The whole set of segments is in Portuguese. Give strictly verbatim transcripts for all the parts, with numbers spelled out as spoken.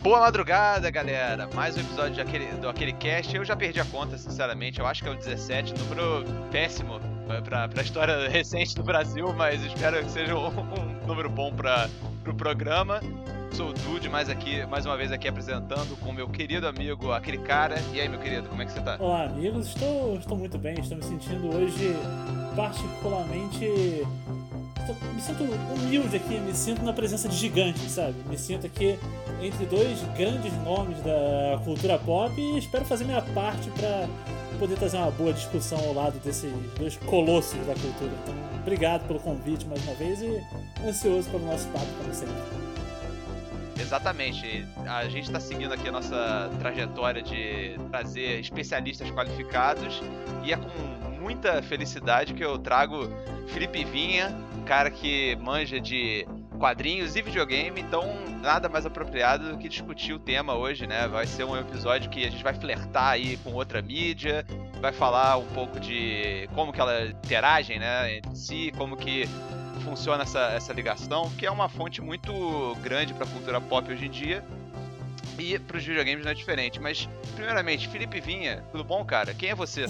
Boa madrugada, galera! Mais um episódio de aquele, do Aquele Cast. Eu já perdi a conta, sinceramente. Eu acho que é o dezessete, número péssimo pra, pra história recente do Brasil, mas espero que seja um, um número bom pra, pro programa. Sou o Dude, mais, aqui, mais uma vez aqui apresentando com o meu querido amigo, aquele cara. E aí, meu querido, como é que você tá? Olá, amigos. Estou, estou muito bem. Estou me sentindo hoje particularmente... Estou, me sinto humilde aqui, me sinto na presença de gigantes, sabe? Me sinto aqui entre dois grandes nomes da cultura pop e espero fazer minha parte para poder trazer uma boa discussão ao lado desses dois colossos da cultura. Então, obrigado pelo convite mais uma vez e ansioso pelo nosso papo, como sempre. Exatamente, a gente está seguindo aqui a nossa trajetória de trazer especialistas qualificados e é com muita felicidade que eu trago Felipe Vinha, um cara que manja de quadrinhos e videogame, então nada mais apropriado do que discutir o tema hoje, né? Vai ser um episódio que a gente vai flertar aí com outra mídia, vai falar um pouco de como que elas interagem, né, entre si, como que funciona essa, essa ligação, que é uma fonte muito grande para a cultura pop hoje em dia e para os videogames não é diferente. Mas, primeiramente, Felipe Vinha, tudo bom, cara? Quem é você?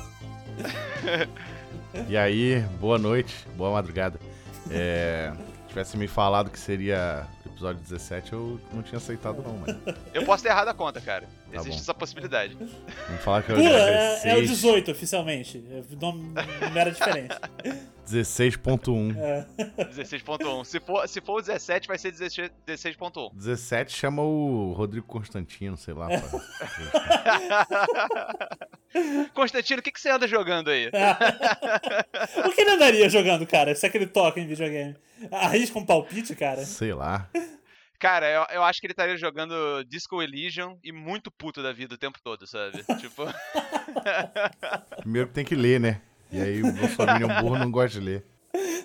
E aí, boa noite, boa madrugada. É, se tivesse me falado que seria episódio dezessete, eu não tinha aceitado não, mano. Eu posso ter errado a conta, cara. Tá Existe bom. essa possibilidade. Vamos falar que eu Pula, era é, é o dezesseis, dezoito oficialmente. O nome não era diferente. dezesseis ponto um. É. dezesseis ponto um. Se for, se for o dezessete, vai ser dezesseis ponto um. dezessete chama o Rodrigo Constantino, sei lá. Pra... Constantino, o que, que você anda jogando aí? O que ele andaria jogando, cara? Se é que ele toca em videogame. Arrisca um palpite, cara? Sei lá. Cara, eu, eu acho que ele estaria jogando Disco Elysium e muito puto da vida o tempo todo, sabe? Tipo... Primeiro que tem que ler, né? E aí o Bolsonaro burro não gosta de ler.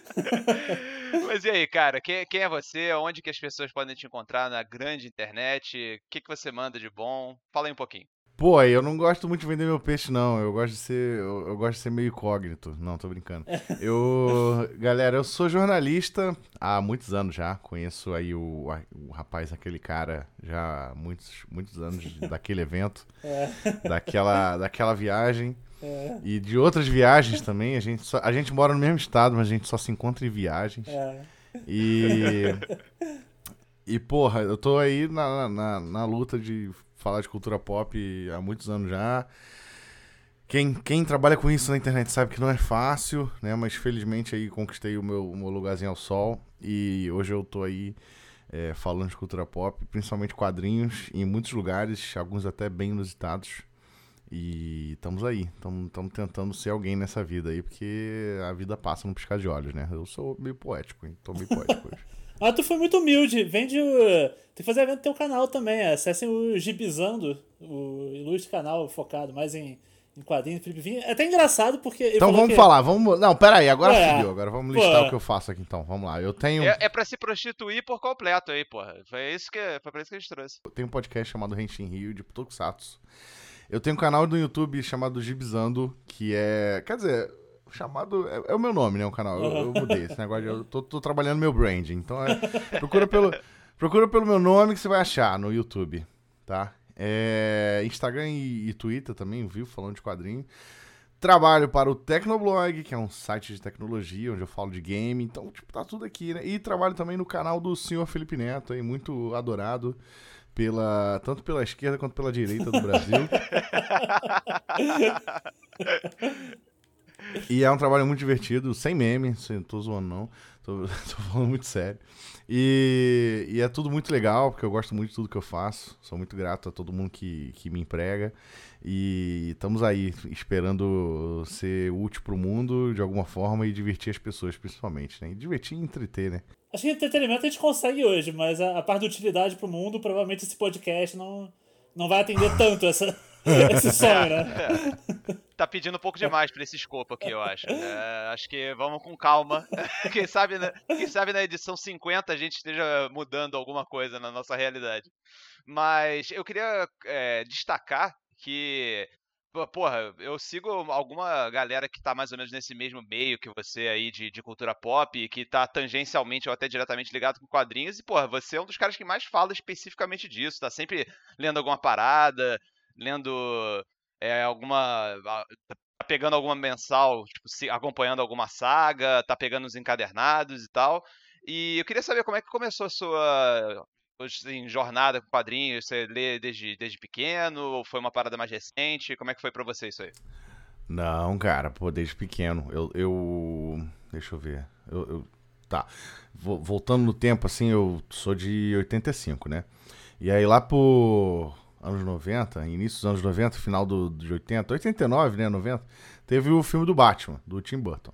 Mas e aí, cara, quem, quem é você? Onde que as pessoas podem te encontrar na grande internet? O que, que você manda de bom? Fala aí um pouquinho. Pô, eu não gosto muito de vender meu peixe, não. Eu gosto de ser, eu, eu gosto de ser meio incógnito. Não, tô brincando. Eu, galera, eu sou jornalista há muitos anos já. Conheço aí o, o rapaz, aquele cara, já há muitos, muitos anos daquele evento, É. daquela, daquela viagem. É. E de outras viagens também. A gente, só, a gente mora no mesmo estado, mas a gente só se encontra em viagens. É. E... E, porra, eu tô aí na, na, na luta de falar de cultura pop há muitos anos já. Quem, quem trabalha com isso na internet sabe que não é fácil, né? Mas felizmente aí conquistei o meu, o meu lugarzinho ao sol. E hoje eu tô aí é, falando de cultura pop, principalmente quadrinhos, em muitos lugares, alguns até bem inusitados. E estamos aí, estamos tentando ser alguém nessa vida aí, porque a vida passa num piscar de olhos, né? Eu sou meio poético, hein? Tô meio poético hoje. Ah, tu foi muito humilde. Vende o... Tem que fazer evento no teu canal também. Acessem o Gibizando, o ilustre canal focado mais em, em quadrinhos. Felipe Vinha. É até engraçado porque... ele Então falou vamos que... falar, vamos... Não, peraí, agora Ué, fudeu. Agora vamos listar pô. o que eu faço aqui então. Vamos lá. Eu tenho, É, é pra se prostituir por completo aí, porra. Foi isso que, foi pra isso que a gente trouxe. eu tenho um podcast chamado Henshin Rio, de Tokusatsu. Eu tenho um canal no YouTube chamado Gibizando, que é... Quer dizer... Chamado... É, é o meu nome, né? O canal. Eu, eu mudei esse negócio. De, eu tô, tô trabalhando meu branding. Então, é, procura, pelo, procura pelo meu nome que você vai achar no YouTube, tá? É, Instagram e, e Twitter também, viu? Falando de quadrinho. Trabalho para o Tecnoblog, que é um site de tecnologia, onde eu falo de game. Então, tipo, tá tudo aqui, né? E trabalho também no canal do senhor Felipe Neto, aí, muito adorado. Pela, tanto pela esquerda quanto pela direita do Brasil. E é um trabalho muito divertido, sem meme, não tô zoando não, tô, tô falando muito sério. E, e é tudo muito legal, porque eu gosto muito de tudo que eu faço, sou muito grato a todo mundo que, que me emprega. E estamos aí, esperando ser útil pro mundo de alguma forma e divertir as pessoas principalmente, né? E divertir e entreter, né? Acho que entretenimento a gente consegue hoje, mas a, a parte de utilidade pro mundo, provavelmente esse podcast não, não vai atender tanto essa, esse sonho, né? Tá pedindo um pouco demais pra esse escopo aqui, eu acho. É, acho que vamos com calma. Quem sabe, na, quem sabe na edição cinquenta a gente esteja mudando alguma coisa na nossa realidade. Mas eu queria é, destacar que Porra, eu sigo alguma galera que tá mais ou menos nesse mesmo meio que você aí de, de cultura pop, que tá tangencialmente ou até diretamente ligado com quadrinhos, e, porra, você é um dos caras que mais fala especificamente disso, tá sempre lendo alguma parada, lendo é, alguma. Tá pegando alguma mensal, tipo, se- acompanhando alguma saga, tá pegando os encadernados e tal. E eu queria saber como é que começou a sua assim, jornada com quadrinhos? Você lê desde, desde pequeno? Ou foi uma parada mais recente? Como é que foi pra você isso aí? Não, cara, pô, desde pequeno. Eu. eu deixa eu ver. Eu, eu- tá. Vo- Voltando no tempo, assim, eu sou de oitenta e cinco, né? E aí lá por anos noventa, início dos anos noventa, final do, de oitenta, oitenta e nove, né? noventa, teve o filme do Batman, do Tim Burton.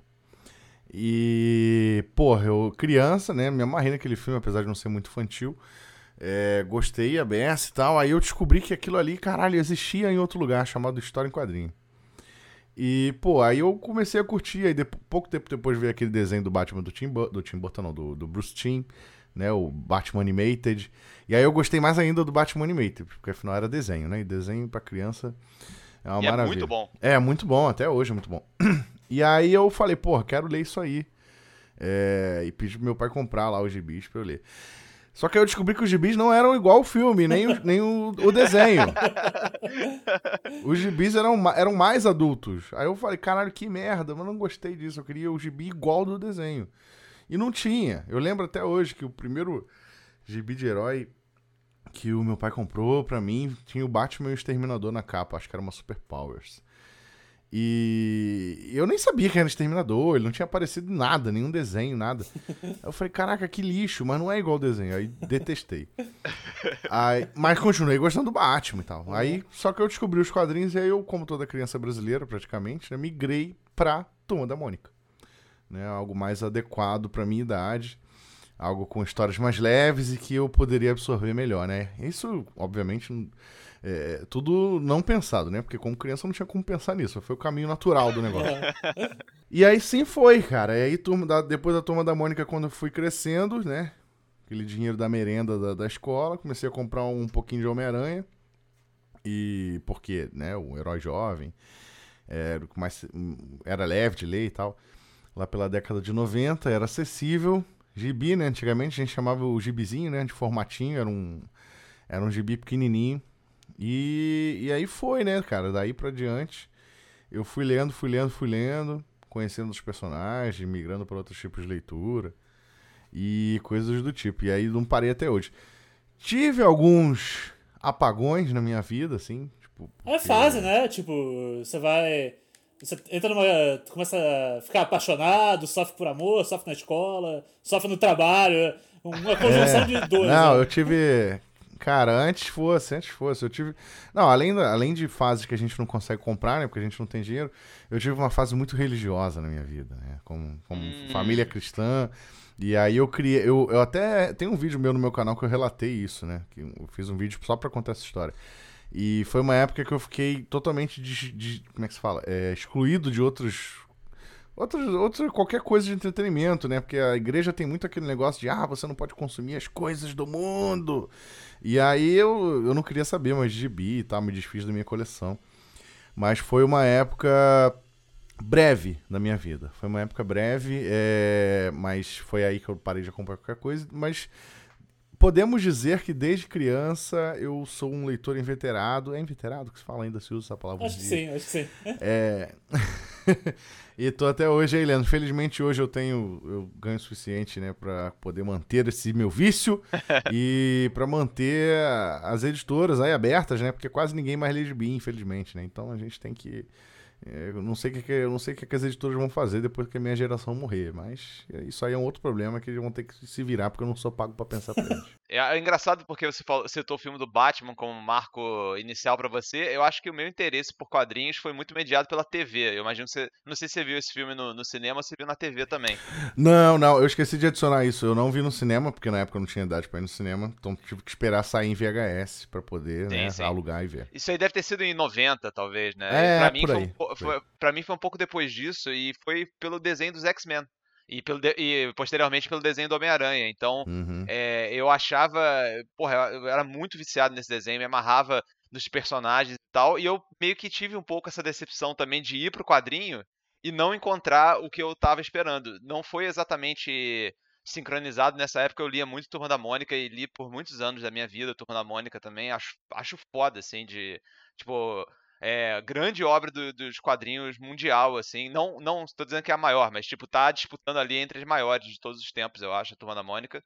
E, porra, eu, criança, né? Me amarrei naquele filme, apesar de não ser muito infantil. É, gostei, a beça e tal. Aí eu descobri que aquilo ali, caralho, existia em outro lugar, chamado História em Quadrinho. E, pô, aí eu comecei a curtir. Aí, de, pouco tempo depois veio aquele desenho do Batman do Tim, Bur- do Tim Burton, não, do, do Bruce Timm, né? O Batman Animated. E aí eu gostei mais ainda do Batman Animated, porque afinal era desenho, né? E desenho pra criança é uma E é maravilha. muito bom. É, muito bom, até hoje é muito bom. E aí eu falei, porra, quero ler isso aí. É, e pedi pro meu pai comprar lá os gibis pra eu ler. Só que aí eu descobri que os gibis não eram igual o filme, nem o, nem o, o desenho. Os gibis eram, ma- eram mais adultos. Aí eu falei, caralho, que merda, mas não gostei disso. Eu queria o gibi igual do desenho. E não tinha. Eu lembro até hoje que o primeiro gibi de herói que o meu pai comprou pra mim tinha o Batman e o Exterminador na capa. Acho que era uma Super Powers. E eu nem sabia que era Exterminador, ele não tinha aparecido em nada, nenhum desenho, nada. Aí eu falei, caraca, que lixo, mas não é igual o desenho. Aí detestei. Aí, mas continuei gostando do Batman e tal. Aí, só que eu descobri os quadrinhos e aí eu, como toda criança brasileira, praticamente, né, migrei pra Turma da Mônica. Né, algo mais adequado pra minha idade. Algo com histórias mais leves e que eu poderia absorver melhor, né? Isso, obviamente, é tudo não pensado, né? Porque como criança eu não tinha como pensar nisso. Foi o caminho natural do negócio. E aí sim foi, cara. E aí, turma da- depois da Turma da Mônica, quando eu fui crescendo, né? Aquele dinheiro da merenda da, da escola, comecei a comprar um pouquinho de Homem-Aranha. E porque, né, o herói jovem, era, o que mais, era leve de ler e tal. Lá pela década de noventa, era acessível. Gibi, né? Antigamente a gente chamava o gibizinho, né? De formatinho, era um, era um gibi pequenininho. E, e aí foi, né, cara? Daí pra diante, eu fui lendo, fui lendo, fui lendo, conhecendo os personagens, migrando para outros tipos de leitura e coisas do tipo. E aí não parei até hoje. Tive alguns apagões na minha vida, assim, tipo... É porque- fase, né? Tipo, você vai. Você entra numa. Tu começa a ficar apaixonado, sofre por amor, sofre na escola, sofre no trabalho. Uma conjunção de dores. Não, né? eu tive. Cara, antes fosse, antes fosse. Eu tive. Não, além, da- além de fases que a gente não consegue comprar, né? Porque a gente não tem dinheiro, eu tive uma fase muito religiosa na minha vida, né? Como, como Hum. família cristã. E aí eu criei. Eu, eu até. Tem um vídeo meu no meu canal que eu relatei isso, né? Que eu fiz um vídeo só pra contar essa história. E foi uma época que eu fiquei totalmente. De, de- como é que se fala? É, excluído de outros. Outros, outros, qualquer coisa de entretenimento, né? Porque a igreja tem muito aquele negócio de, ah, você não pode consumir as coisas do mundo. E aí eu, eu não queria saber mais de gibi e tal, me desfiz da minha coleção. Mas foi uma época breve na minha vida. Foi uma época breve, é, mas foi aí que eu parei de comprar qualquer coisa. Mas podemos dizer que desde criança eu sou um leitor inveterado. É inveterado que se fala ainda, se usa essa palavra? Acho hoje que em dia? sim, acho que sim. É. E tô até hoje aí, Leandro. Felizmente hoje eu tenho, eu ganho o suficiente, né, pra poder manter esse meu vício e pra manter as editoras aí abertas, né, porque quase ninguém mais lê gibi, infelizmente, né. Então a gente tem que, é, eu não sei o que, que- eu não sei o que, que as editoras vão fazer depois que a minha geração morrer, mas isso aí é um outro problema que eles vão ter que se virar porque eu não sou pago pra pensar pra eles. É, é engraçado porque você falou- citou o filme do Batman como marco inicial pra você. Eu acho que o meu interesse por quadrinhos foi muito mediado pela T V. Eu imagino que você. Não sei se você viu esse filme no, no cinema ou se viu na T V também. Não, não, eu esqueci de adicionar isso. Eu não vi no cinema, porque na época eu não tinha idade pra ir no cinema. Então tive que esperar sair em V H S pra poder, Sim, né, sim. alugar e ver. Isso aí deve ter sido em noventa, talvez, né? É, Pra mim por foi um, aí, po- por foi, aí. pra mim foi um pouco depois disso e foi pelo desenho dos X-Men. E, pelo de- e posteriormente pelo desenho do Homem-Aranha. Então, Uhum. é, eu achava. Porra, eu eu era muito viciado nesse desenho, me amarrava nos personagens e tal, e eu meio que tive um pouco essa decepção também de ir pro quadrinho e não encontrar o que eu tava esperando. Não foi exatamente sincronizado nessa época, eu lia muito Turma da Mônica e li por muitos anos da minha vida Turma da Mônica também. Acho, acho foda, assim, de. Tipo, é, grande obra do- dos quadrinhos mundial, assim. Não, não tô dizendo que é a maior, mas, tipo, tá disputando ali entre as maiores de todos os tempos, eu acho, a Turma da Mônica.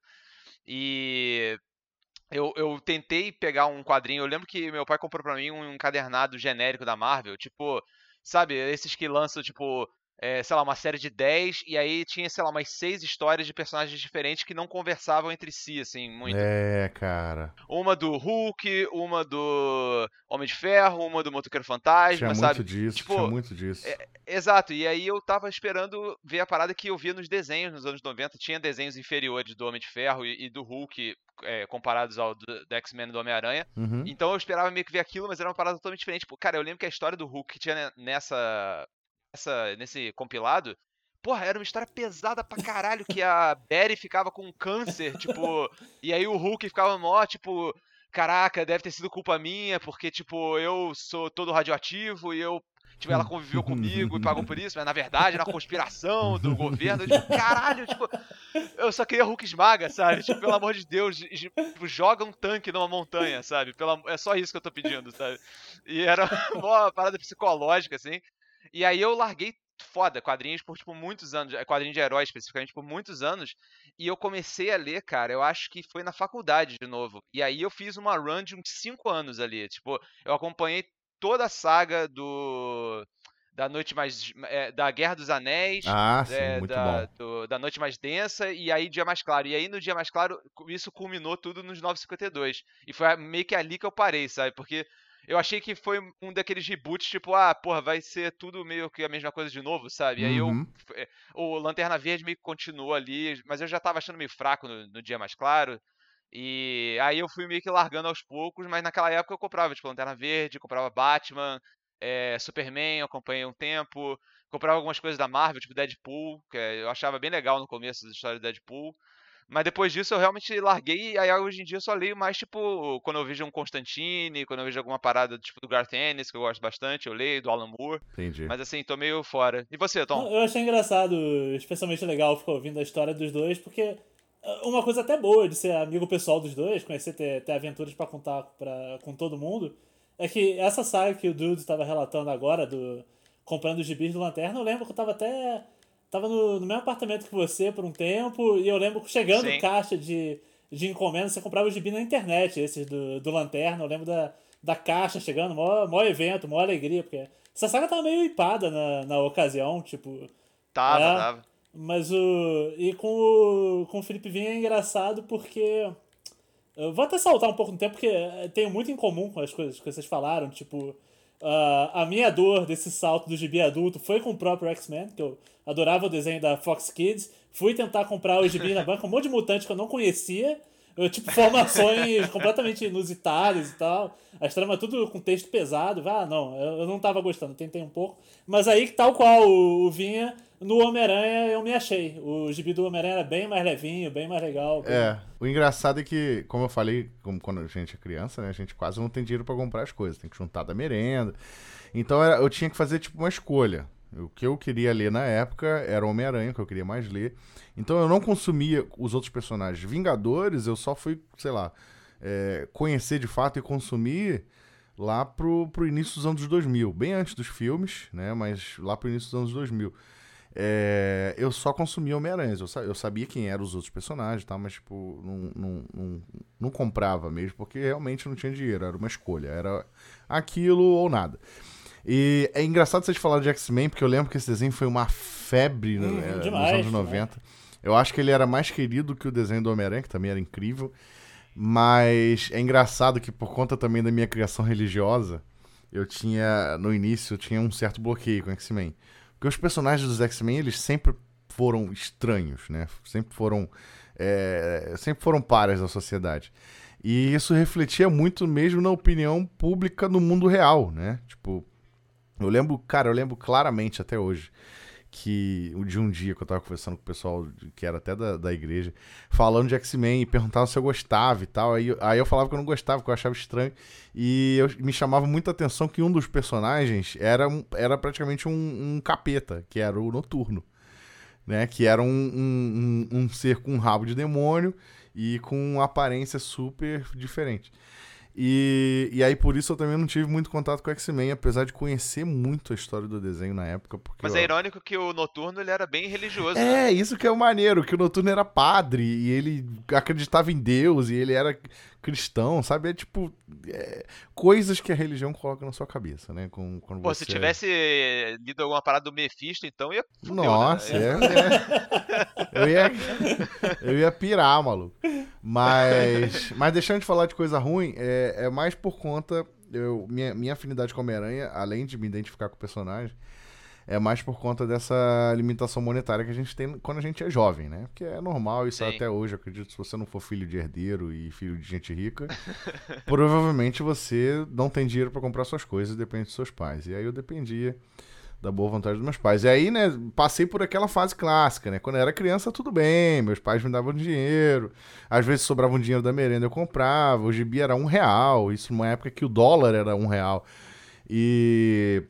E eu, eu tentei pegar um quadrinho. Eu lembro que meu pai comprou pra mim um encadernado genérico da Marvel, tipo, sabe, esses que lançam, tipo, é, sei lá, uma série de dez e aí tinha, sei lá, umas seis histórias de personagens diferentes que não conversavam entre si, assim, muito. É, cara. Uma do Hulk, uma do Homem de Ferro, uma do Motoqueiro Tinha Fantasma, muito sabe? disso, tinha Tipo, muito disso. é, exato, e aí eu tava esperando ver a parada que eu via nos desenhos nos anos noventa. Tinha desenhos inferiores do Homem de Ferro e, e do Hulk é, comparados ao do, do X-Men e do Homem-Aranha. Uhum. Então eu esperava meio que ver aquilo, mas era uma parada totalmente diferente. Tipo, cara, eu lembro que a história do Hulk que tinha ne- nessa, nessa, nesse compilado. Porra, era uma história pesada pra caralho, que a Betty ficava com câncer, tipo, e aí o Hulk ficava mó, tipo, caraca, deve ter sido culpa minha, porque, tipo, eu sou todo radioativo e eu, tipo, ela conviveu comigo e pagou por isso, mas na verdade era uma conspiração do governo. Eu, tipo, caralho, tipo, eu só queria Hulk esmaga, sabe? Tipo, pelo amor de Deus, j- j- tipo, joga um tanque numa montanha, sabe? Pela, é só isso que eu tô pedindo, sabe? E era uma parada psicológica, assim. E aí eu larguei foda quadrinhos por, tipo, muitos anos, eh, quadrinhos de heróis especificamente, por muitos anos, e eu comecei a ler, cara, eu acho que foi na faculdade de novo. E aí eu fiz uma run de uns cinco anos ali, tipo, eu acompanhei toda a saga do da noite mais eh, da Guerra dos Anéis, Ah, sim, eh, muito da, bom. do- da Noite Mais Densa e aí Dia Mais Claro. E aí no Dia Mais Claro isso culminou tudo nos novecentos e cinquenta e dois. E cinquenta e dois. E foi a- meio que ali que eu parei, sabe? Porque eu achei que foi um daqueles reboots, tipo, ah, porra, vai ser tudo meio que a mesma coisa de novo, sabe? E aí eu. Uhum. eh, O Lanterna Verde meio que continuou ali, mas eu já tava achando meio fraco no, no Dia Mais Claro. E aí eu fui meio que largando aos poucos, mas naquela época eu comprava, tipo, Lanterna Verde, comprava Batman, eh, Superman, eu acompanhei um tempo, comprava algumas coisas da Marvel, tipo Deadpool, que eh, eu achava bem legal no começo da história do Deadpool. Mas depois disso eu realmente larguei, e aí hoje em dia eu só leio mais, tipo, quando eu vejo um Constantine, quando eu vejo alguma parada, tipo, do Garth Ennis, que eu gosto bastante, eu leio, do Alan Moore. Entendi. Mas assim, tô meio fora. E você, Tom? Não, eu achei engraçado, especialmente legal ficar ouvindo a história dos dois, porque ah, uma coisa até boa de ser amigo pessoal dos dois, conhecer, ter, ter aventuras pra contar pra, com todo mundo, é que essa saga que o Dude estava relatando agora, do comprando os gibis do Lanterna, eu lembro que eu tava até. Tava no, no mesmo apartamento que você por um tempo, e eu lembro que chegando Sim. caixa de, de encomenda, você comprava os gibis na internet, esses do, do Lanterna, eu lembro da, da caixa chegando, maior, maior evento, maior alegria, porque essa saga tava meio hipada na, na ocasião, tipo. Tava, É. tava. Mas o. E com o, com o Felipe Vinha é engraçado porque. Eu vou até saltar um pouco no tempo, porque tenho muito em comum com as coisas que vocês falaram. Tipo, uh, a minha dor desse salto do gibi adulto foi com o próprio X-Men, que eu adorava o desenho da Fox Kids. Fui tentar comprar o gibi na banca, um monte de mutante que eu não conhecia. Eu, tipo, formações completamente inusitadas e tal. As tramas tudo com texto pesado. Ah, não, eu, eu não tava gostando, tentei um pouco. Mas aí, tal qual o, o Vinha, no Homem-Aranha eu me achei. O gibi do Homem-Aranha era bem mais levinho, bem mais legal. Bem... É, o engraçado é que, como eu falei, como quando a gente é criança, né, a gente quase não tem dinheiro pra comprar as coisas, tem que juntar da merenda. Então era- eu tinha que fazer tipo uma escolha. O que eu queria ler na época era o Homem-Aranha, que eu queria mais ler. Então eu não consumia os outros personagens. Vingadores, eu só fui, sei lá, é, conhecer de fato e consumir lá pro, pro início dos anos dois mil. Bem antes dos filmes, né? Mas lá pro início dos anos dois mil. É, eu só consumia Homem-Aranha. Eu, sa- eu sabia quem eram os outros personagens e tal, mas, tipo, não, não, não, não comprava mesmo, porque realmente não tinha dinheiro. Era uma escolha. Era aquilo ou nada. E é engraçado vocês falarem de X-Men, porque eu lembro que esse desenho foi uma febre, Uhum, né, demais, nos anos noventa. Eu acho que ele era mais querido que o desenho do Homem-Aranha, que também era incrível. Mas é engraçado que, por conta também da minha criação religiosa, eu tinha, no início, eu tinha um certo bloqueio com X-Men. Porque os personagens dos X-Men, eles sempre foram estranhos, né? Sempre foram, é, sempre foram pares da sociedade. E isso refletia muito mesmo na opinião pública no mundo real, né? Tipo, eu lembro, cara, eu lembro claramente até hoje que de um dia que eu tava conversando com o pessoal que era até da, da igreja, falando de X-Men e perguntava se eu gostava e tal. Aí, aí eu falava que eu não gostava, que eu achava estranho. E eu, me chamava muita atenção que um dos personagens era, um, era praticamente um, um capeta, que era o Noturno. Né? Que era um, um, um, um ser com um rabo de demônio e com uma aparência super diferente. E, e aí, por isso, eu também não tive muito contato com o X-Men, apesar de conhecer muito a história do desenho na época. Porque Mas eu... é irônico que o Noturno ele era bem religioso, né? É, isso que é o maneiro, que o Noturno era padre e ele acreditava em Deus e ele era cristão, sabe? É tipo, é, coisas que a religião coloca na sua cabeça, né? Com, quando Pô, você... se tivesse lido alguma parada do Mephisto, então ia... Fudeu, Nossa, né? é, é. Eu ia, eu ia pirar, maluco. Mas, mas deixando de falar de coisa ruim, é, é mais por conta... Eu, minha, minha afinidade com Homem-Aranha, além de me identificar com o personagem, é mais por conta dessa limitação monetária que a gente tem quando a gente é jovem, né? Porque é normal, isso Sim. até hoje, eu acredito, se você não for filho de herdeiro e filho de gente rica, provavelmente você não tem dinheiro pra comprar suas coisas, depende dos seus pais. E aí eu dependia da boa vontade dos meus pais. E aí, né, passei por aquela fase clássica, né? Quando eu era criança, tudo bem, meus pais me davam dinheiro, às vezes sobrava um dinheiro da merenda, eu comprava, o gibi era um real, isso numa época que o dólar era um real. E...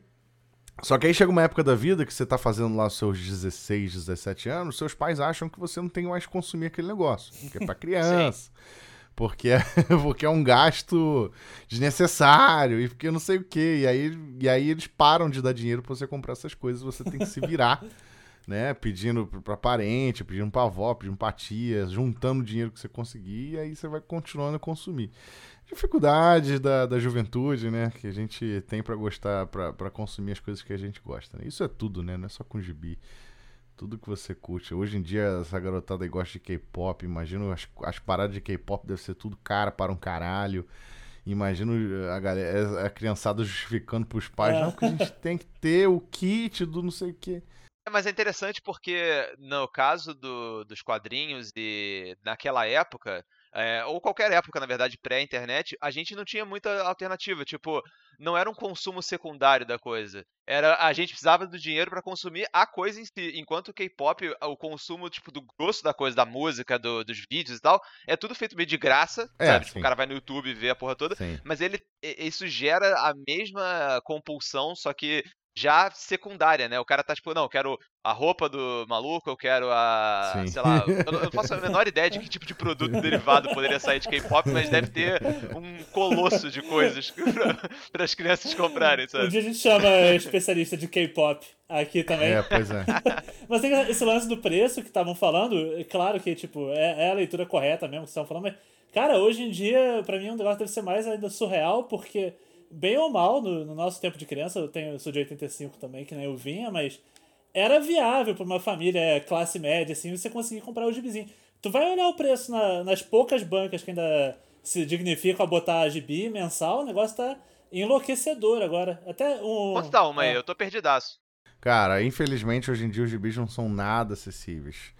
Só que aí chega uma época da vida que você tá fazendo lá os seus dezesseis, dezessete anos, seus pais acham que você não tem mais que consumir aquele negócio, porque é pra criança. Porque é, porque é um gasto desnecessário e porque não sei o quê. E aí, e aí eles param de dar dinheiro pra você comprar essas coisas. Você tem que se virar, né? Pedindo pra parente, pedindo pra avó, pedindo pra tia, juntando o dinheiro que você conseguir. E aí você vai continuando a consumir. Dificuldades da, da juventude, né? Que a gente tem pra gostar, pra, pra consumir as coisas que a gente gosta, né? Isso é tudo, né? Não é só com gibi. Tudo que você curte. Hoje em dia, essa garotada aí gosta de K-pop. Imagino as, as paradas de K-pop deve ser tudo cara para um caralho. Imagino a, galera, a criançada justificando pros pais. É. Não, porque a gente tem que ter o kit do não sei o quê. É, mas é interessante porque no caso do, dos quadrinhos e naquela época, é, ou qualquer época, na verdade, pré-internet, a gente não tinha muita alternativa. Tipo, não era um consumo secundário da coisa. Era, a gente precisava do dinheiro pra consumir a coisa em si. Enquanto o K-pop, o consumo tipo, do grosso da coisa, da música, do- dos vídeos e tal, é tudo feito meio de graça, É, sabe? Tipo, sim. o cara vai no YouTube e vê a porra toda. Sim. Mas ele, i- isso gera a mesma compulsão, só que já secundária, né? O cara tá tipo, não, eu quero a roupa do maluco, eu quero a, Sim. sei lá, eu não eu não faço a menor ideia de que tipo de produto derivado poderia sair de K-pop, mas deve ter um colosso de coisas para as crianças comprarem, Um sabe? dia a gente chama especialista de K-pop aqui também. É, pois é. Mas tem esse lance do preço que estavam falando, é claro que, tipo, é, é a leitura correta mesmo que vocês estavam falando, mas, cara, hoje em dia, pra mim, o negócio deve ser mais ainda surreal, porque, bem ou mal, no, no nosso tempo de criança, eu, tenho, eu sou de oitenta e cinco também, que nem eu vinha, mas era viável pra uma família classe média, assim, você conseguir comprar o gibizinho. Tu vai olhar o preço na- nas poucas bancas que ainda se dignificam a botar gibi mensal, o negócio tá enlouquecedor agora. Até um... Quanto tá uma aí? é. Eu tô perdidaço. Cara, infelizmente, hoje em dia os gibis não são nada acessíveis.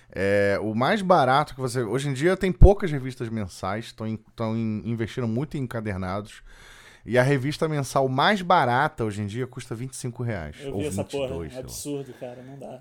É, o mais barato que você... Hoje em dia tem poucas revistas mensais, estão investindo muito em encadernados. E a revista mensal mais barata hoje em dia custa vinte e cinco reais. Eu ou vi essa vinte e dois, porra, é sei lá. absurdo, cara, não dá.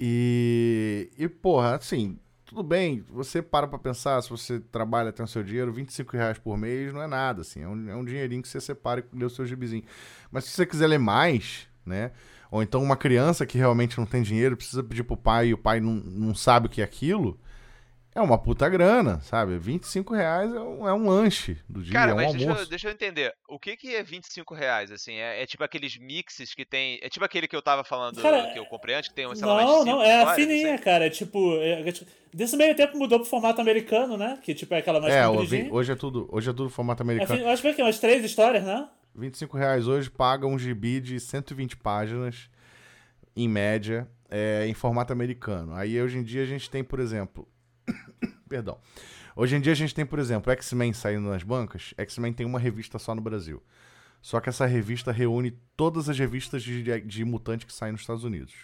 E, e, porra, assim, tudo bem, você para pra pensar, se você trabalha, tem o seu dinheiro, vinte e cinco reais por mês não é nada, assim, é um, é um dinheirinho que você separa e lê o seu gibizinho. Mas se você quiser ler mais, né, ou então uma criança que realmente não tem dinheiro, precisa pedir pro pai e o pai não, não sabe o que é aquilo, é uma puta grana, sabe? vinte e cinco reais é um, é um lanche do dia, Cara, é um mas deixa, almoço. eu- deixa eu entender. O que que é vinte e cinco reais, assim? É, é tipo aqueles mixes que tem... É tipo aquele que eu tava falando, Cara, que eu comprei antes, que tem, sei lá, umas Não, cinco não, é a histórias, fininha, assim? cara. É tipo. é- é tipo- desse meio tempo mudou pro formato americano, né? Que tipo é aquela mais É, compridinha. hoje é tudo, hoje é tudo formato É americano. fin- eu acho que é umas três histórias, né? vinte e cinco reais hoje paga um gibi de cento e vinte páginas, em média, é, em formato americano. Aí hoje em dia a gente tem, por exemplo... Perdão. Hoje em dia a gente tem, por exemplo, X-Men saindo nas bancas. X-Men tem uma revista só no Brasil. Só que essa revista reúne todas as revistas de, de, de mutante que saem nos Estados Unidos.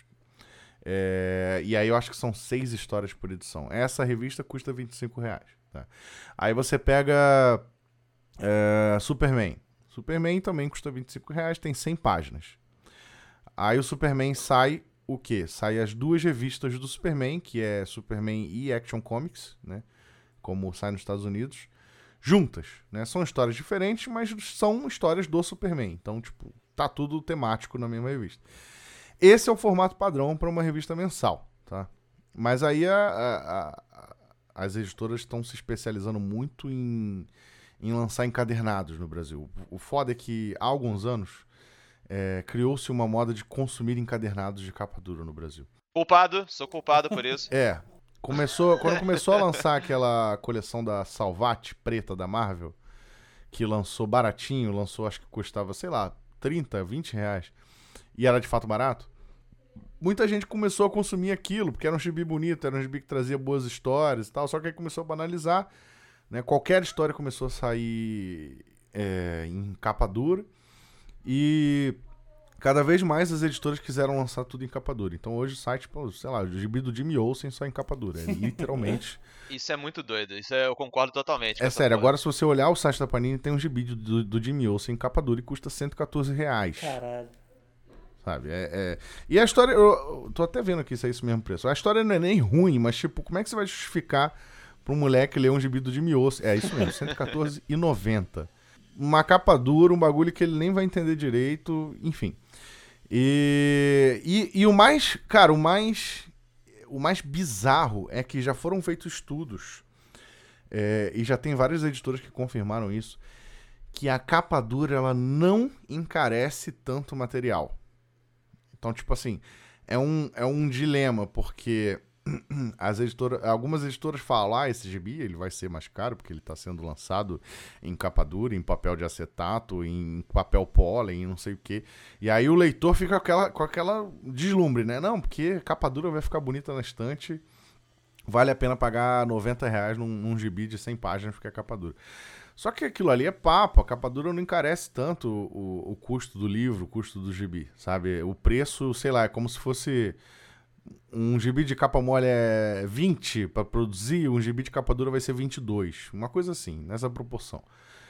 É, e aí eu acho que são seis histórias por edição. Essa revista custa vinte e cinco reais. Tá? Aí você pega é, Superman. Superman também custa vinte e cinco reais, tem cem páginas. Aí o Superman sai o quê? Sai as duas revistas do Superman, que é Superman e Action Comics, né? Como sai nos Estados Unidos, juntas, né? São histórias diferentes, mas são histórias do Superman. Então, tipo, tá tudo temático na mesma revista. Esse é o formato padrão para uma revista mensal, tá? Mas aí a, a, a, as editoras estão se especializando muito em, em lançar encadernados no Brasil. O foda é que há alguns anos É, criou-se uma moda de consumir encadernados de capa dura no Brasil. Culpado, sou culpado por isso. É, começou, quando começou a lançar aquela coleção da Salvat preta da Marvel, que lançou baratinho, lançou, acho que custava, sei lá, trinta, vinte reais, e era de fato barato, muita gente começou a consumir aquilo, porque era um gibi bonito, era um gibi que trazia boas histórias e tal, só que aí começou a banalizar, né? Qualquer história começou a sair é, em capa dura, e cada vez mais as editoras quiseram lançar tudo em capa dura. Então hoje o site, pô, sei lá, o gibi do Jimmy Olsen só em capa dura. É literalmente... Isso é muito doido. Isso é, eu concordo totalmente. É sério, agora se você olhar o site da Panini, tem um gibi do, do Jimmy Olsen em capa dura e custa cento e quatorze reais. Caralho. Sabe? É, é... E a história, eu, eu tô até vendo aqui se é isso mesmo preço. A história não é nem ruim, mas tipo, como é que você vai justificar pra um moleque ler um gibi do Jimmy Olsen? É isso mesmo, cento e quatorze reais e noventa centavos. Uma capa dura, um bagulho que ele nem vai entender direito, enfim. E, e, e o mais, cara, o mais, o mais bizarro é que já foram feitos estudos, é, e já tem várias editoras que confirmaram isso, que a capa dura, ela não encarece tanto material. Então, tipo assim, é um, é um dilema, porque... As editoras, algumas editoras falam, ah, esse gibi ele vai ser mais caro porque ele está sendo lançado em capa dura, em papel de acetato, em papel pólen, não sei o quê. E aí o leitor fica com aquela, com aquela deslumbre, né? Não, porque capa dura vai ficar bonita na estante, vale a pena pagar noventa reais num, num gibi de cem páginas porque é capa dura. Só que aquilo ali é papo, a capa dura não encarece tanto o, o custo do livro, o custo do gibi, sabe? O preço, sei lá, é como se fosse... Um gibi de capa mole é vinte para produzir, um gibi de capa dura vai ser vinte e dois. Uma coisa assim, nessa proporção.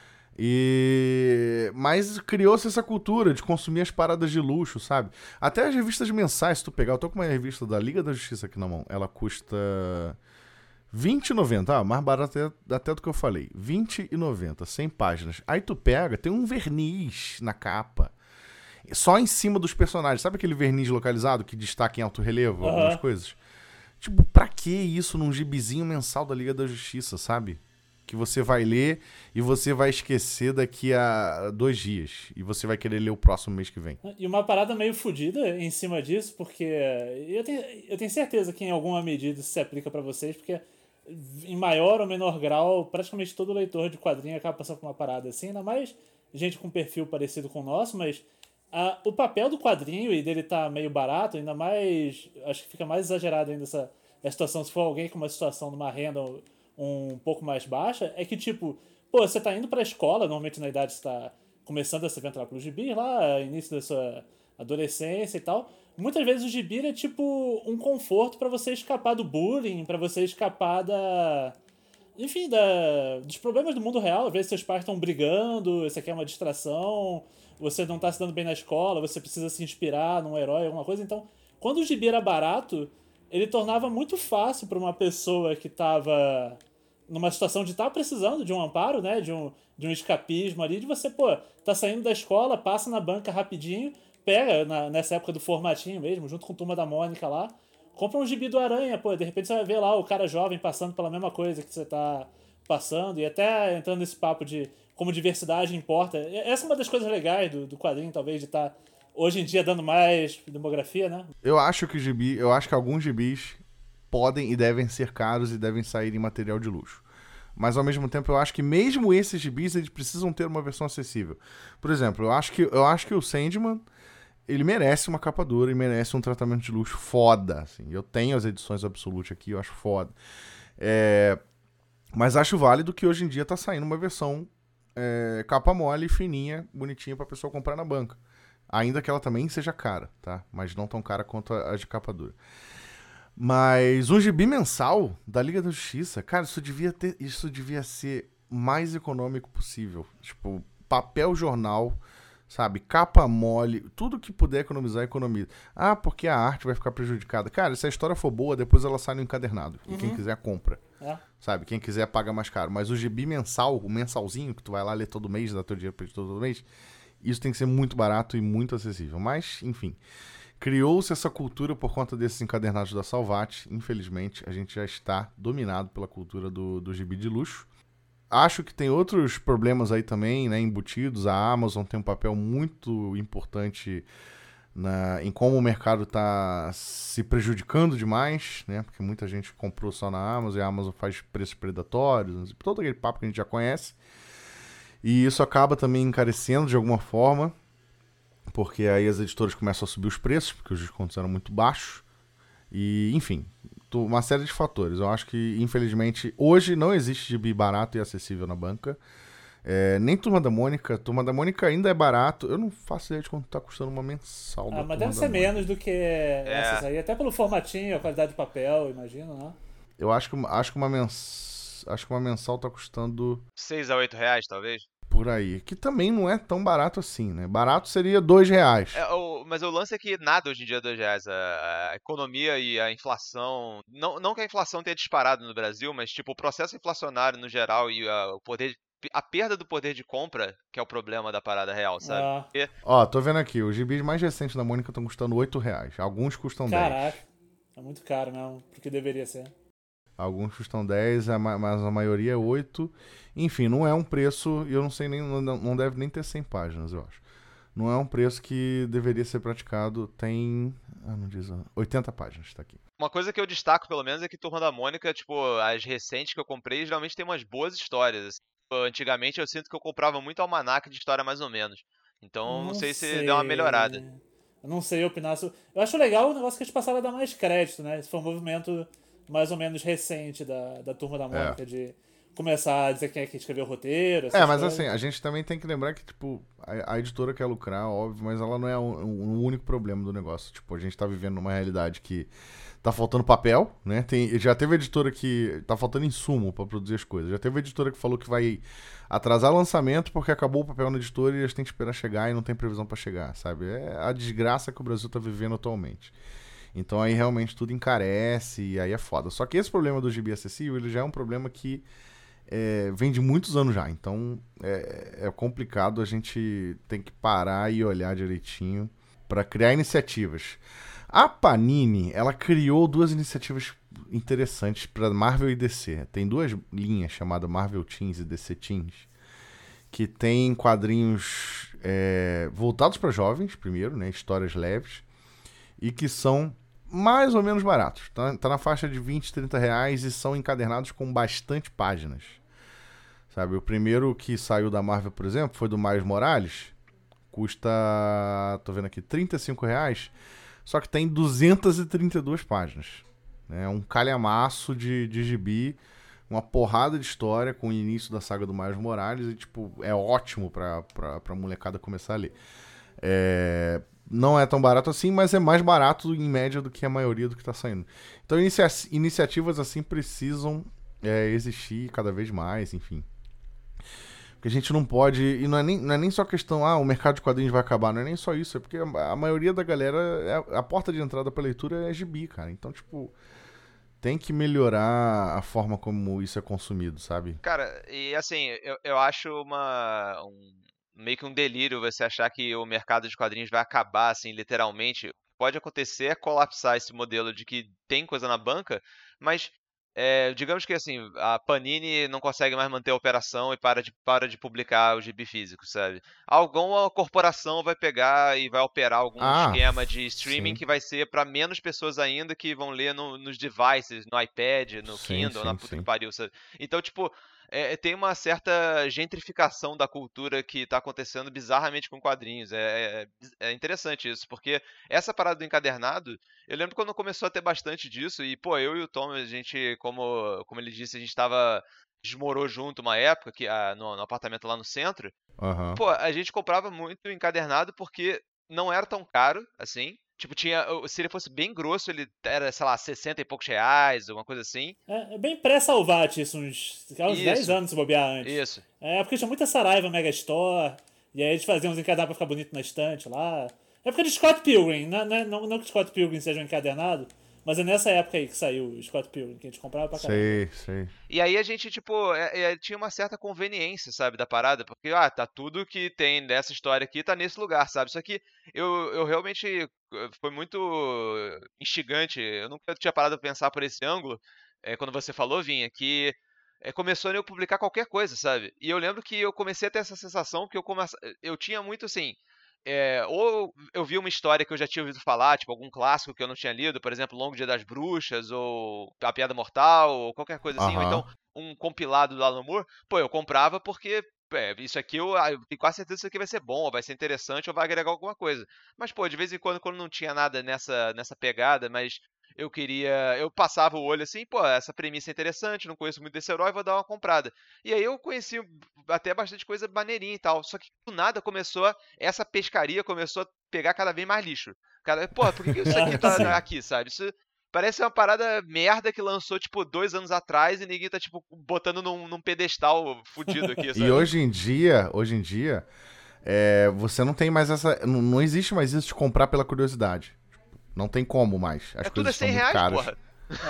E... Mas criou-se essa cultura de consumir as paradas de luxo, sabe? Até as revistas mensais, se tu pegar... Eu tô com uma revista da Liga da Justiça aqui na mão. Ela custa vinte reais e noventa centavos. Ah, mais barato até, até do que eu falei. vinte reais e noventa centavos, cem páginas. Aí tu pega, tem um verniz na capa. Só em cima dos personagens. Sabe aquele verniz localizado que destaca em alto relevo Uhum. algumas coisas? Tipo, pra que isso num gibizinho mensal da Liga da Justiça, sabe? Que você vai ler e você vai esquecer daqui a dois dias. E você vai querer ler o próximo mês que vem. E uma parada meio fodida em cima disso, porque eu tenho, eu tenho certeza que em alguma medida isso se aplica pra vocês, porque em maior ou menor grau, praticamente todo leitor de quadrinho acaba passando por uma parada assim, ainda mais gente com perfil parecido com o nosso, mas... Ah, o papel do quadrinho e dele tá meio barato, ainda mais... Acho que fica mais exagerado ainda essa, essa situação, se for alguém com uma situação numa renda um, um pouco mais baixa, é que tipo, pô, você tá indo pra escola, normalmente na idade você tá começando a se aventurar pelo gibi, lá, início da sua adolescência e tal. Muitas vezes o gibi é tipo um conforto pra você escapar do bullying, pra você escapar da... Enfim, da, dos problemas do mundo real. Às vezes seus pais estão brigando, isso aqui é uma distração... Você não tá se dando bem na escola, você precisa se inspirar num herói, alguma coisa. Então, quando o gibi era barato, ele tornava muito fácil para uma pessoa que tava numa situação de estar tá precisando de um amparo, né? De um, de um escapismo ali, de você, pô, tá saindo da escola, passa na banca rapidinho, pega, na, nessa época do formatinho mesmo, junto com a Turma da Mônica lá, compra um gibi do Aranha, pô, de repente você vai ver lá o cara jovem passando pela mesma coisa que você tá passando, e até entrando nesse papo de como diversidade importa. Essa é uma das coisas legais do, do quadrinho, talvez, de estar, tá, hoje em dia, dando mais demografia, né? Eu acho que gibi, eu acho que alguns gibis podem e devem ser caros e devem sair em material de luxo. Mas, ao mesmo tempo, eu acho que mesmo esses gibis, eles precisam ter uma versão acessível. Por exemplo, eu acho que, eu acho que o Sandman, ele merece uma capa dura e merece um tratamento de luxo foda. Assim. Eu tenho as edições Absolute aqui, eu acho foda. É... Mas acho válido que hoje em dia tá saindo uma versão é, capa mole, fininha, bonitinha pra pessoa comprar na banca. Ainda que ela também seja cara, tá? Mas não tão cara quanto a de capa dura. Mas um gibi mensal da Liga da Justiça, cara, isso devia ter, isso devia ser mais econômico possível. Tipo, papel jornal Sabe? Capa mole, tudo que puder economizar, economiza. Ah, porque a arte vai ficar prejudicada. Cara, se a história for boa, depois ela sai no encadernado. E Uhum. quem quiser, compra. É. Sabe? Quem quiser, paga mais caro. Mas o gibi mensal, o mensalzinho, que tu vai lá ler todo mês, dá teu dinheiro pra editor todo mês, isso tem que ser muito barato e muito acessível. Mas, enfim... Criou-se essa cultura por conta desses encadernados da Salvat. Infelizmente, a gente já está dominado pela cultura do, do gibi de luxo. Acho que tem outros problemas aí também, né, embutidos. A Amazon tem um papel muito importante na, em como o mercado está se prejudicando demais, né, porque muita gente comprou só na Amazon e a Amazon faz preços predatórios, todo aquele papo que a gente já conhece. E isso acaba também encarecendo de alguma forma, porque aí as editoras começam a subir os preços, porque os descontos eram muito baixos. E, enfim, uma série de fatores. Eu acho que, infelizmente, hoje não existe gibi barato e acessível na banca. É, nem Turma da Mônica. Turma da Mônica ainda é barato. Eu não faço ideia de quanto tá custando uma mensal. Ah, mas deve ser Mônica. menos do que É. essas aí. Até pelo formatinho, a qualidade de papel, imagino, né? Eu acho que, acho que uma mens... acho que uma mensal tá custando seis a oito reais, talvez. por aí. Que também não é tão barato assim, né? Barato seria dois reais. É, o, mas o lance é que nada hoje em dia é dois reais. A, a economia e a inflação. Não, não que a inflação tenha disparado no Brasil, mas tipo, o processo inflacionário no geral e a, o poder. A perda do poder de compra, que é o problema da parada real, sabe? Ah, Porque, Ó, tô vendo aqui. Os gibis mais recentes da Mônica estão custando oito reais. Alguns custam dez. caraca. É muito caro mesmo, porque deveria ser. Alguns custam dez, a ma- mas a maioria é oito. Enfim, não é um preço, e eu não sei nem, não, não deve nem ter cem páginas, eu acho. Não é um preço que deveria ser praticado. Tem, ah, não diz, ah, oitenta páginas, tá aqui. uma coisa que eu destaco, pelo menos, é que Turma da Mônica, tipo, as recentes que eu comprei, geralmente tem umas boas histórias. assim. Antigamente eu sinto que eu comprava muito almanac de história mais ou menos. Então não sei se deu uma melhorada. Eu não sei opinar. sobre- Eu acho legal o negócio que eles passaram a dar mais crédito, né? Esse foi um movimento mais ou menos recente da, da Turma da Mônica, de começar a dizer quem é que escreveu o roteiro. essas É, mas coisas. assim, a gente também tem que lembrar que, tipo, a, a editora quer lucrar, óbvio, mas ela não é o, o único problema do negócio. Tipo, a gente tá vivendo numa realidade que tá faltando papel, né? Tem, já teve editora que tá faltando insumo pra produzir as coisas. Já teve editora que falou que vai atrasar lançamento porque acabou o papel na editora e eles têm que esperar chegar e não tem previsão pra chegar, sabe? É a desgraça que o Brasil tá vivendo atualmente. Então aí realmente tudo encarece e aí é foda. Só que esse problema do gibi acessível, ele já é um problema que é, vem de muitos anos já. Então é, é complicado, a gente tem que parar e olhar direitinho pra criar iniciativas. A Panini, ela criou duas iniciativas interessantes para Marvel e D C. Tem duas linhas chamadas Marvel Teens e D C Teens, que tem quadrinhos é, voltados para jovens, primeiro, né, histórias leves, e que são mais ou menos baratos. Tá, tá na faixa de vinte, trinta reais e são encadernados com bastante páginas. Sabe, o primeiro que saiu da Marvel, por exemplo, foi do Miles Morales. Custa, tô vendo aqui, trinta e cinco reais. Só que tem duzentas e trinta e duas páginas. É um calhamaço de, de gibi, uma porrada de história com o início da saga do Miles Morales e, tipo, é ótimo pra, pra, pra molecada começar a ler. É, não é tão barato assim, mas é mais barato em média do que a maioria do que tá saindo. Então, inicia iniciativas assim precisam é, existir cada vez mais, enfim. Porque a gente não pode. E não é, nem, não é nem só questão, ah, o mercado de quadrinhos vai acabar. Não é nem só isso. É porque a, a maioria da galera. É, a porta de entrada pra leitura é gibi, cara. Então, tipo. Tem que melhorar a forma como isso é consumido, sabe? Cara, e assim, eu, eu acho uma. Um, meio que um delírio você achar que o mercado de quadrinhos vai acabar, assim, literalmente. Pode acontecer é colapsar esse modelo de que tem coisa na banca, mas. É, digamos que assim, a Panini não consegue mais manter a operação e para de, para de publicar o gibi físico, sabe? Alguma corporação vai pegar e vai operar algum Ah, esquema de streaming sim. que vai ser para menos pessoas ainda que vão ler no- nos devices, no iPad, no Sim, Kindle, na sim, puta sim. que pariu, sabe? Então, tipo, é, tem uma certa gentrificação da cultura que tá acontecendo bizarramente com quadrinhos. É, é, é interessante isso, porque essa parada do encadernado. Eu lembro quando começou a ter bastante disso, e pô, eu e o Tom, a gente, como, como ele disse, a gente tava. Desmorou junto uma época, que, ah, no, no apartamento lá no centro. Aham. Pô, a gente comprava muito encadernado porque não era tão caro, assim. Tipo, tinha. Se ele fosse bem grosso, ele era, sei lá, sessenta e poucos reais, alguma coisa assim. É, é bem pré-Salvat isso, uns, há uns dez Isso, anos se bobear antes. isso. É porque tinha muita Saraiva Megastore, E aí eles faziam uns encadernados pra ficar bonito na estante lá. É época de Scott Pilgrim, não, não, não que Scott Pilgrim seja um encadernado, mas é nessa época aí que saiu o Scott Pilgrim, que a gente comprava pra caramba. Sei, sei. E aí a gente, tipo, é, é, tinha uma certa conveniência, sabe, da parada, porque, ah, tá tudo que tem nessa história aqui tá nesse lugar, sabe? Só que eu, eu realmente, foi muito instigante, eu nunca tinha parado pra pensar por esse ângulo, é, quando você falou, Vinha, que é, começou a eu publicar qualquer coisa, sabe? E eu lembro que eu comecei a ter essa sensação que eu, come... eu tinha muito, assim, é, ou eu vi uma história que eu já tinha ouvido falar, tipo algum clássico que eu não tinha lido, por exemplo, Longo Dia das Bruxas, ou A Piada Mortal, ou qualquer coisa assim, ou Aham. então um compilado do Alan Moore, pô, eu comprava porque é, isso aqui eu, ah, eu tenho quase certeza que isso aqui vai ser bom, ou vai ser interessante, ou vai agregar alguma coisa. Mas, pô, de vez em quando, quando não tinha nada nessa, nessa pegada, mas eu queria. Eu passava o olho assim, pô, essa premissa é interessante, não conheço muito desse herói, vou dar uma comprada. E aí eu conheci até bastante coisa maneirinha e tal. Só que do nada começou. a- Essa pescaria começou a pegar cada vez mais lixo. Cara, porra, por que que isso aqui Ah, sim. tá aqui, sabe? Isso parece uma parada merda que lançou, tipo, dois anos atrás e ninguém tá, tipo, botando num, num pedestal fudido aqui, sabe? E hoje em dia, hoje em dia, é, você não tem mais essa. Não, não existe mais isso de comprar pela curiosidade. Não tem como mais. As É tudo é coisas estão cem muito reais, caras. porra.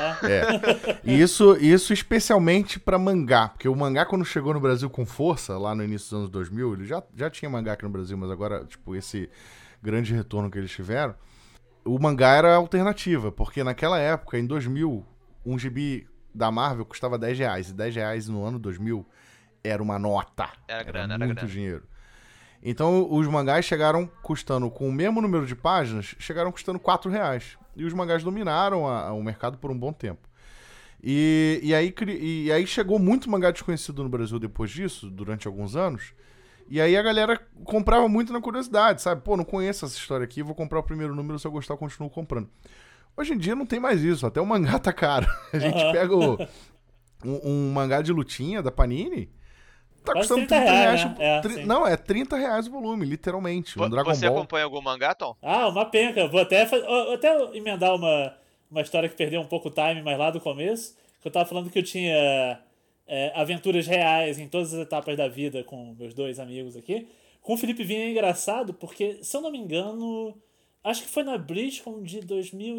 É. E isso, isso especialmente pra mangá. Porque o mangá, quando chegou no Brasil com força, lá no início dos anos dois mil, ele já, já tinha mangá aqui no Brasil, mas agora, tipo, esse grande retorno que eles tiveram, o mangá era a alternativa. Porque naquela época, em dois mil, um gibi da Marvel custava dez reais. E dez reais no ano dois mil era uma nota. Era grana, era muito grana. dinheiro. Então, os mangás chegaram custando, com o mesmo número de páginas, chegaram custando quatro reais. E os mangás dominaram a- a- o mercado por um bom tempo. E, e, aí, cri- e aí chegou muito mangá desconhecido no Brasil depois disso, durante alguns anos. E aí a galera comprava muito na curiosidade, sabe? Pô, não conheço essa história aqui, vou comprar o primeiro número, se eu gostar eu continuo comprando. Hoje em dia não tem mais isso, até o mangá tá caro. A gente Aham. pega o- um, um mangá de lutinha da Panini, tá Quase custando trinta trinta reais. reais, né? É, tri- sim. não, é trinta reais o volume, literalmente. Um Vo- Dragon Você Ball. acompanha algum mangá, Tom? Ah, uma penca. Vou até, fa- vou até emendar uma, uma história que perdeu um pouco o time, mas lá do começo, que eu tava falando que eu tinha é, aventuras reais em todas as etapas da vida com meus dois amigos aqui. Com o Felipe Vinha é engraçado, porque, se eu não me engano, acho que foi na BlizzCon de dois mil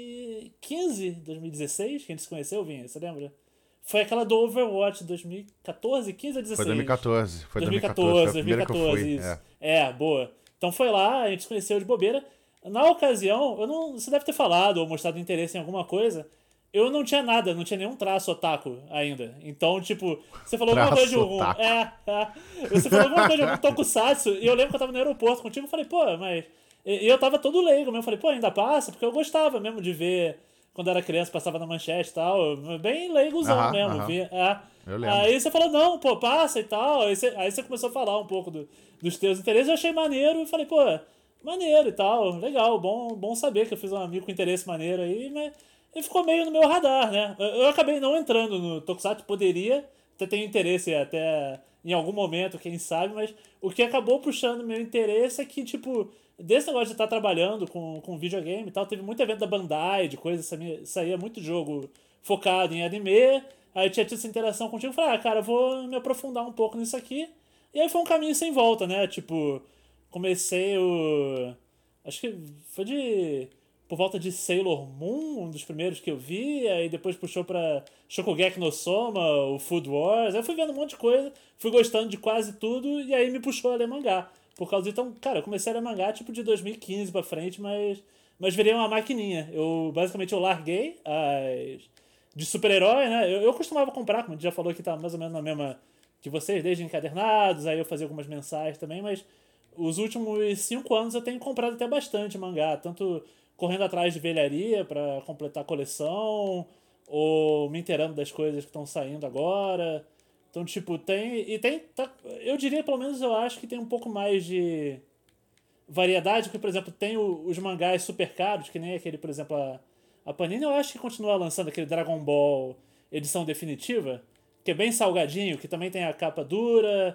e quinze, dois mil e dezesseis, que a gente se conheceu, Vinha, você lembra? Foi aquela do Overwatch, dois mil e quatorze, quinze ou dezesseis? Foi dois mil e quatorze. Foi dois mil e dois mil e quatorze. Foi a quatorze, primeira que eu fui. isso. É. É, boa. Então foi lá, a gente se conheceu de bobeira. Na ocasião, eu não, você deve ter falado ou mostrado interesse em alguma coisa. Eu não tinha nada, não tinha nenhum traço otaku ainda. Então, tipo, você falou alguma Traço coisa de algum. otaku. É, é. Você falou alguma coisa de algum tokusatsu. E eu lembro que eu tava no aeroporto contigo e falei, pô, mas. E e eu tava todo leigo mesmo. Eu falei, pô, ainda passa? Porque eu gostava mesmo de ver quando era criança, passava na manchete e tal. Bem leigozão Aham, mesmo. aham. Vi, é. Eu lembro. Aí você falou, não, pô, passa e tal. Aí você, aí você começou a falar um pouco do- dos teus interesses. Eu achei maneiro e falei, pô, maneiro e tal. Legal, bom, bom saber que eu fiz um amigo com interesse maneiro aí, mas ele ficou meio no meu radar, né? Eu, eu acabei não entrando no Tokusatsu, poderia até ter interesse até em algum momento, quem sabe, mas o que acabou puxando meu interesse é que, tipo, desse negócio de estar trabalhando com, com videogame e tal, teve muito evento da Bandai, de coisa, saía, saía muito jogo focado em anime, aí tinha tido essa interação contigo, eu falei, ah, cara, eu vou me aprofundar um pouco nisso aqui, e aí foi um caminho sem volta, né? Tipo, comecei o... acho que foi de... por volta de Sailor Moon, um dos primeiros que eu vi, aí depois puxou pra Shokugeki no Soma, o Food Wars, aí eu fui vendo um monte de coisa, fui gostando de quase tudo, e aí me puxou a ler mangá. Por causa disso, então, cara, eu comecei a ler mangá tipo de dois mil e quinze pra frente, mas, mas virei uma maquininha. Eu, basicamente, eu larguei as de super-herói, né? Eu, eu costumava comprar, como a gente já falou que tá mais ou menos na mesma que vocês, desde encadernados, aí eu fazia algumas mensais também, mas os últimos cinco anos eu tenho comprado até bastante mangá, tanto correndo atrás de velharia pra completar a coleção, ou me inteirando das coisas que estão saindo agora. Então, tipo, tem... E tem... Tá, eu diria, pelo menos, eu acho que tem um pouco mais de variedade, porque, por exemplo, tem o, os mangás super caros, que nem aquele, por exemplo, a, a Panini, eu acho que continua lançando aquele Dragon Ball edição definitiva, que é bem salgadinho, que também tem a capa dura,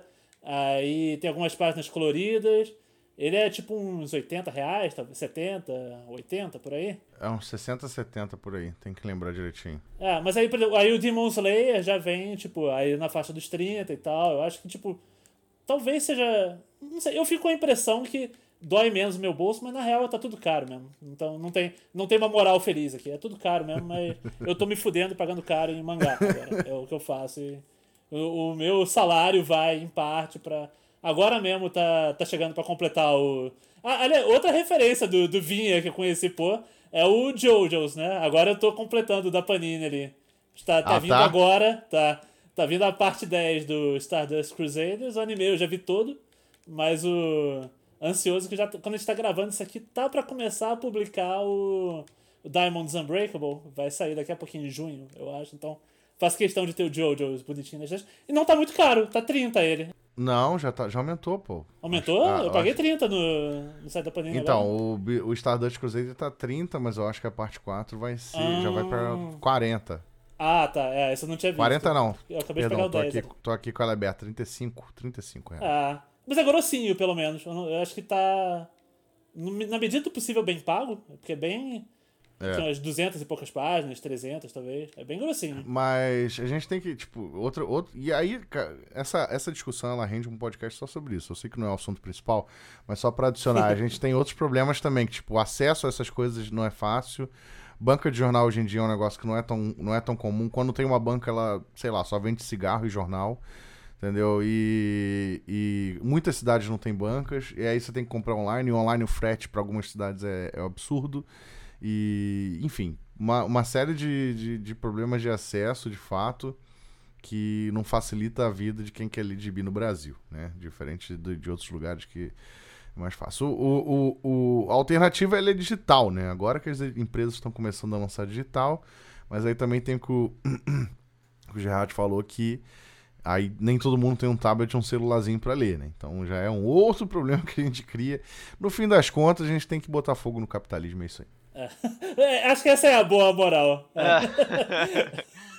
aí tem algumas páginas coloridas. Ele é tipo uns oitenta reais, talvez setenta, oitenta, por aí. É uns sessenta, setenta por aí. Tem que lembrar direitinho. É, mas aí, por exemplo, aí o Demon Slayer já vem, tipo, aí na faixa dos trinta e tal. Eu acho que, tipo, talvez seja... Não sei, eu fico com a impressão que dói menos o meu bolso, mas na real tá tudo caro mesmo. Então não tem, não tem uma moral feliz aqui. É tudo caro mesmo, mas eu tô me fudendo e pagando caro em mangá agora. É o que eu faço. E o, o meu salário vai, em parte, pra... Agora mesmo tá, tá chegando pra completar o... Ah, aliás, outra referência do, do Vinha que eu conheci, pô, é o JoJo's, né? Agora eu tô completando o da Panini ali. Tá, tá ah, vindo tá? agora, tá, tá vindo a parte dez do Stardust Crusaders. O anime eu já vi todo, mas o... Ansioso que já, quando a gente tá gravando isso aqui, tá pra começar a publicar o, o Diamonds Unbreakable. Vai sair daqui a pouquinho, em junho, eu acho. Então, faço questão de ter o JoJo's bonitinho na gente. E não tá muito caro, tá trinta ele. Não, já, tá, já aumentou, pô. Aumentou? Acho, ah, eu paguei acho... trinta no, no site da Panini. Então, agora. o, o Stardust Crusader tá trinta, mas eu acho que a parte quatro vai ser, Ah. já vai pra quarenta. Ah, tá. É, isso eu não tinha visto. quarenta não. Eu acabei Perdão, de pegar tô o dez. aqui, tô aqui com ela aberta. trinta e cinco, trinta e cinco reais. Ah, mas é grossinho, pelo menos. Eu, não- eu acho que tá... no- Na medida do possível, bem pago. Porque é bem... É. Tem umas duzentas e poucas páginas, trezentas talvez. É bem grossinho. Mas a gente tem que, tipo, outro, outro. E aí, cara, essa, essa discussão ela rende um podcast só sobre isso. Eu sei que não é o assunto principal, mas só pra adicionar, a gente tem outros problemas também, que, tipo, o acesso a essas coisas não é fácil. Banca de jornal hoje em dia é um negócio que não é tão, não é tão comum. Quando tem uma banca, ela, sei lá, só vende cigarro e jornal. Entendeu? E, e muitas cidades não tem bancas, e aí você tem que comprar online, e online o frete para algumas cidades é, é um absurdo. E, enfim, uma, uma série de, de, de problemas de acesso, de fato, que não facilita a vida de quem quer ler gibi no Brasil, né? Diferente de, de outros lugares que é mais fácil. O, o, o, a alternativa é ler digital, né? Agora que as empresas estão começando a lançar digital, mas aí também tem o que o, o Gerard falou que aí nem todo mundo tem um tablet e um celularzinho pra ler, né? Então já é um outro problema que a gente cria. No fim das contas, a gente tem que botar fogo no capitalismo, é isso aí. É. É, acho que essa é a boa moral. É.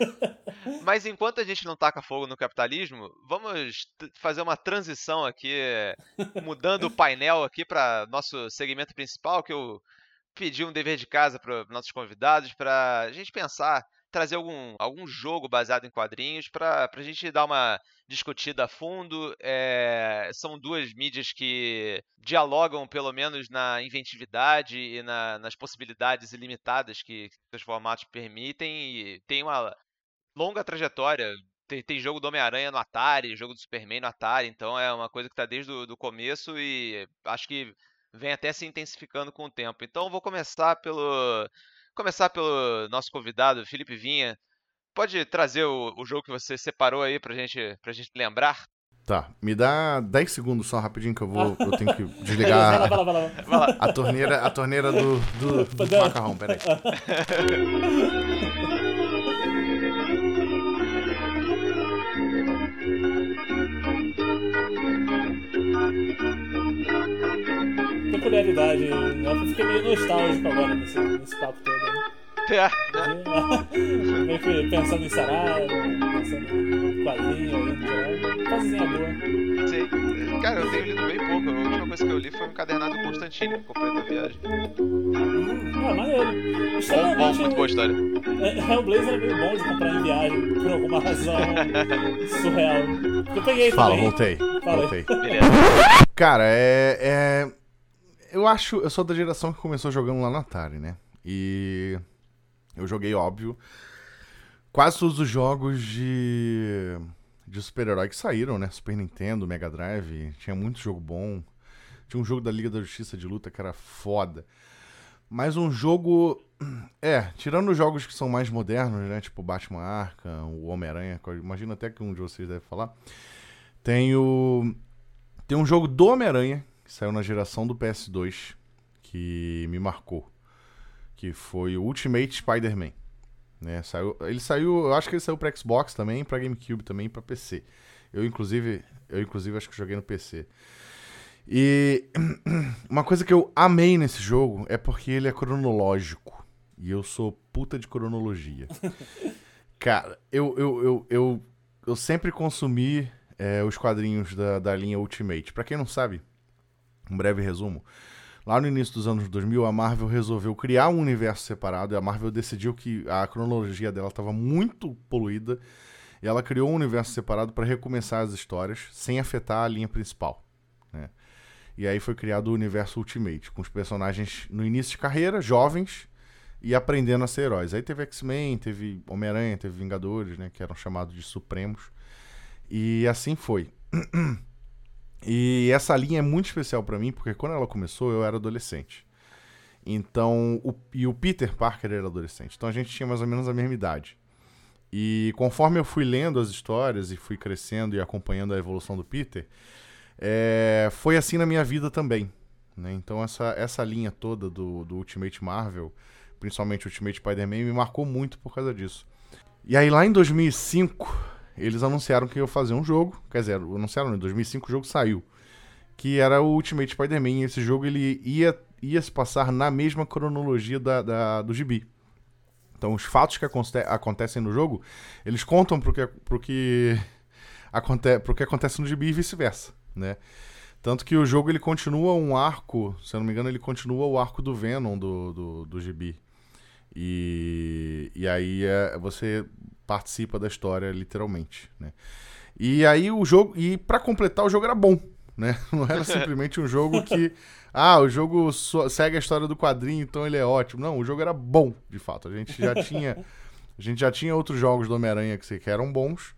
Mas enquanto a gente não taca fogo no capitalismo, vamos t- fazer uma transição aqui, mudando o painel aqui para nosso segmento principal, que eu pedi um dever de casa para nossos convidados, para a gente pensar, trazer algum, algum jogo baseado em quadrinhos, para a gente dar uma discutida a fundo. É, são duas mídias que dialogam, pelo menos, na inventividade e na- nas possibilidades ilimitadas que os formatos permitem, e tem uma longa trajetória. Tem, tem jogo do Homem-Aranha no Atari, jogo do Superman no Atari, então é uma coisa que está desde o do começo e acho que vem até se intensificando com o tempo. Então eu vou começar pelo começar pelo nosso convidado, Felipe Vinha. Pode trazer o, o jogo que você separou aí pra gente, pra gente lembrar? Tá, me dá dez segundos só rapidinho que eu vou. Eu tenho que Vai lá, desligar vai lá, vai lá. Vai lá. a torneira, a torneira do, do, do macarrão, peraí. Peculiaridade. Eu fiquei meio nostálgico agora nesse, nesse papo todo. Né? É, Meio que pensando em Saraiva, pensando em quadrinho aí no geral. Fasezinha boa. sei. Cara, eu tenho lido bem pouco. A última coisa que eu li foi um encadernado do Constantine, que eu comprei na viagem. Ah, maneiro. Bom, bom, Estranhamente, muito boa história. é, Hellblazer é meio bom de comprar em viagem, por alguma razão surreal. Eu peguei Fala, também. voltei. Fala aí. Voltei. Beleza. Cara, é, é. Eu acho. Eu sou da geração que começou jogando lá no Atari, né? E. Eu joguei, óbvio, quase todos os jogos de. de super-herói que saíram, né? Super Nintendo, Mega Drive. Tinha muito jogo bom. Tinha um jogo da Liga da Justiça de luta que era foda. Mas um jogo. É, tirando os jogos que são mais modernos, né? Tipo Batman Arkham, o Homem-Aranha, que eu imagino até que um de vocês deve falar. Tem o. Tem um jogo do Homem-Aranha, que saiu na geração do P S dois, que me marcou. Que foi o Ultimate Spider-Man. Né? Saiu, ele saiu, eu acho que ele saiu pra Xbox também, pra GameCube também, pra P C. Eu, inclusive, eu, inclusive, acho que joguei no P C. E uma coisa que eu amei nesse jogo é porque ele é cronológico. E eu sou puta de cronologia. Cara, eu, eu, eu, eu, eu sempre consumi é, os quadrinhos da, da linha Ultimate. Pra quem não sabe, um breve resumo. Lá no início dos anos dois mil, a Marvel resolveu criar um universo separado. E a Marvel decidiu que a cronologia dela estava muito poluída. E ela criou um universo separado para recomeçar as histórias sem afetar a linha principal, né? E aí foi criado o universo Ultimate, com os personagens no início de carreira, jovens, e aprendendo a ser heróis. Aí teve X-Men, teve Homem-Aranha, teve Vingadores, né, que eram chamados de Supremos. E assim foi. E essa linha é muito especial pra mim, porque quando ela começou eu era adolescente. Então, o, e o Peter Parker era adolescente. Então a gente tinha mais ou menos a mesma idade. E conforme eu fui lendo as histórias e fui crescendo e acompanhando a evolução do Peter, é, foi assim na minha vida também, né? Então essa, essa linha toda do, do Ultimate Marvel, principalmente Ultimate Spider-Man, me marcou muito por causa disso. E aí lá em dois mil e cinco, eles anunciaram que iam fazer um jogo, quer dizer, anunciaram em dois mil e cinco o jogo saiu, que era o Ultimate Spider-Man, e esse jogo ele ia, ia se passar na mesma cronologia da, da, do gibi. Então os fatos que aconte- acontecem no jogo, eles contam pro que, pro que, aconte- pro que acontece no gibi e vice-versa, né? Tanto que o jogo ele continua um arco, se eu não me engano, ele continua o arco do Venom do, do, do gibi. E, e aí é, você participa da história literalmente, né? E aí o jogo, e pra completar, o jogo era bom, né? Não era simplesmente um jogo que, ah, o jogo so- segue a história do quadrinho, então ele é ótimo. Não, o jogo era bom, de fato. A gente já tinha, a gente já tinha outros jogos do Homem-Aranha que, que eram bons,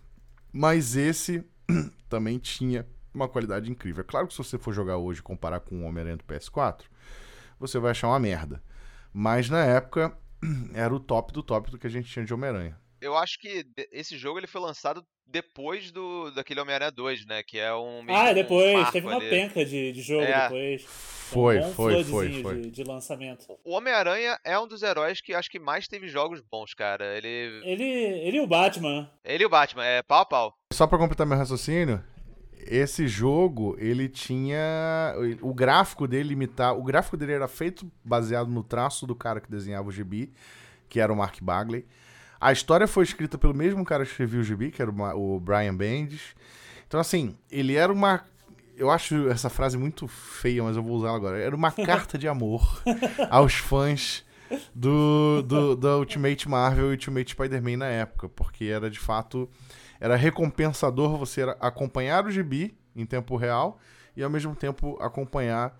mas esse também tinha uma qualidade incrível. É claro que se você for jogar hoje e comparar com o Homem-Aranha do P S quatro, você vai achar uma merda. Mas na época era o top do top do que a gente tinha de Homem-Aranha. Eu acho que de- esse jogo ele foi lançado depois do daquele Homem-Aranha dois, né? Que é um meio que Ah, um depois, teve marco uma ali. penca de, de jogo É, depois. Foi um Foi, bom foi, foi, floodzinho foi. de, de lançamento. o Homem-Aranha é um dos heróis que acho que mais teve jogos bons, cara. Ele, Ele, ele e o Batman. ele e o Batman, é pau a pau. Só pra completar meu raciocínio, esse jogo, ele tinha o gráfico dele imitar, o gráfico dele era feito baseado no traço do cara que desenhava o gibi, que era o Mark Bagley. A história foi escrita pelo mesmo cara que escrevia o gibi, que era o, Ma- o Brian Bendis. Então assim, ele era uma, eu acho essa frase muito feia, mas eu vou usar ela agora. Era uma carta de amor aos fãs do, do, do Ultimate Marvel e Ultimate Spider-Man na época, porque era de fato, era recompensador você era- acompanhar o gibi em tempo real e ao mesmo tempo acompanhar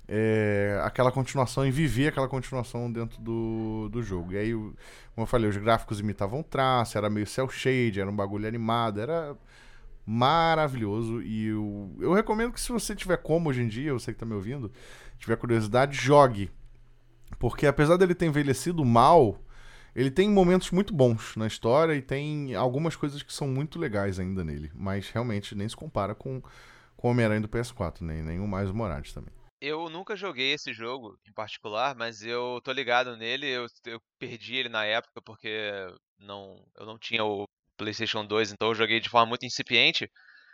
é, aquela continuação e viver aquela continuação dentro do, do jogo. E aí, o- como eu falei, os gráficos imitavam traço, era meio cel shade, era um bagulho animado, era maravilhoso. E eu, eu recomendo que se você tiver como hoje em dia, você que tá me ouvindo, tiver curiosidade, jogue. Porque apesar dele ter envelhecido mal, ele tem momentos muito bons na história e tem algumas coisas que são muito legais ainda nele. Mas realmente nem se compara com, com o Homem-Aranha do P S quatro, nem, nem o Miles Morales também. Eu nunca joguei esse jogo em particular, mas eu tô ligado nele. Eu, eu perdi ele na época porque não, eu não tinha o PlayStation dois, então eu joguei de forma muito incipiente.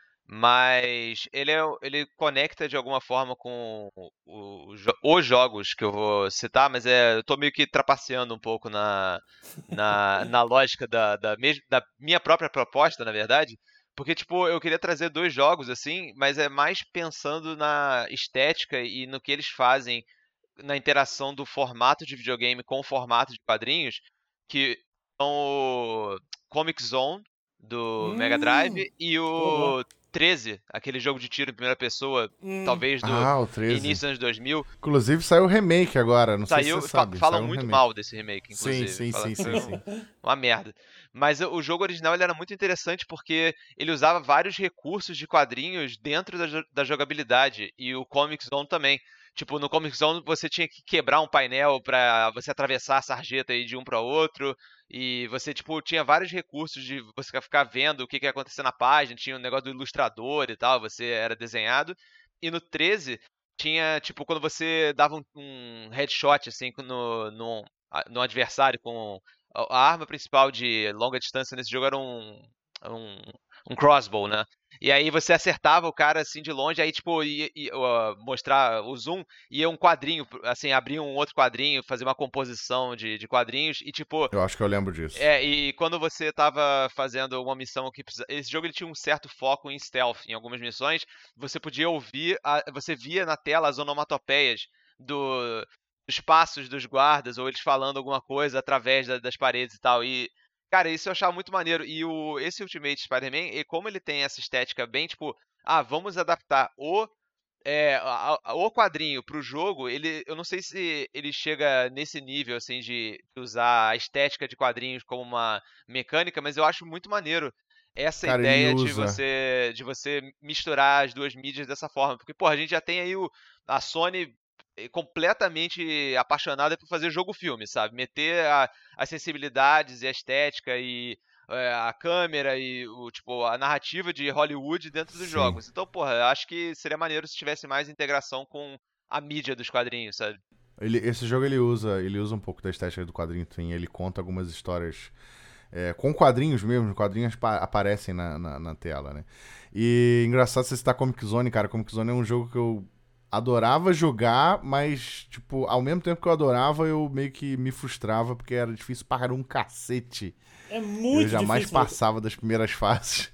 Mas ele, é, o- ele conecta de alguma forma com o- o jo- os jogos que eu vou citar, mas é, eu tô meio que trapaceando um pouco na, na, na lógica da, da, mes- da minha própria proposta, na verdade. Porque, tipo, eu queria trazer dois jogos, assim, mas é mais pensando na estética e no que eles fazem na interação do formato de videogame com o formato de quadrinhos, que são o Comic Zone do Mega Hum, Drive e pô, bom. o treze, aquele jogo de tiro em primeira pessoa, Hum, talvez do Ah, o treze. início dos anos dois mil. Inclusive saiu o remake agora, não sei se você Saiu, fa- sabe, falam saiu um muito remake. mal desse remake, Sim, inclusive. sim, Fala sim, que foi sim, um- sim. uma merda. Mas o o jogo original ele era muito interessante porque ele usava vários recursos de quadrinhos dentro da, jo- da jogabilidade. E o Comic Zone também. Tipo, no Comic Zone você tinha que quebrar um painel pra você atravessar a sarjeta aí de um para outro. E você, tipo, tinha vários recursos de você ficar vendo o que, que ia acontecer na página. Tinha o negócio do ilustrador e tal, você era desenhado. E no treze tinha, tipo, quando você dava um, um headshot, assim, no, no, a- no adversário com a, a arma principal de longa distância nesse jogo era um, um, um crossbow, né? E aí você acertava o cara, assim, de longe, aí, tipo, ia, ia, ó, mostrar o zoom, ia um quadrinho, assim, abria um outro quadrinho, fazer uma composição de, de quadrinhos, e, tipo, Eu acho que eu lembro disso. é, e quando você tava fazendo uma missão que precisa... Esse jogo ele tinha um certo foco em stealth em algumas missões. Você podia ouvir, a- você via na tela as onomatopeias do... dos passos dos guardas, ou eles falando alguma coisa através da- das paredes e tal. E, Cara, isso eu achava muito maneiro. E o, esse Ultimate Spider-Man, e como ele tem essa estética bem, tipo, ah, vamos adaptar o, é, a- a- o quadrinho pro jogo, ele, eu não sei se ele chega nesse nível, assim, de de usar a estética de quadrinhos como uma mecânica, mas eu acho muito maneiro essa Cara, ele ideia de usa. você, de você misturar as duas mídias dessa forma. Porque, pô, a gente já tem aí o, a Sony eh, completamente apaixonada por fazer jogo-filme, sabe? Meter a- as sensibilidades e a estética e é, a câmera e o, tipo, a narrativa de Hollywood dentro dos Sim. jogos. Então, porra, eu acho que seria maneiro se tivesse mais integração com a mídia dos quadrinhos, sabe? Ele, esse jogo ele usa, ele usa um pouco da estética do quadrinho, sim. Ele conta algumas histórias é, com quadrinhos mesmo, os quadrinhos pa- aparecem na, na, na tela, né? E engraçado você citar Comic Zone, cara. Comic Zone é um jogo que eu adorava jogar, mas, tipo, ao mesmo tempo que eu adorava, eu meio que me frustrava, porque era difícil para um cacete. É Eu muito jamais difícil. passava das primeiras fases.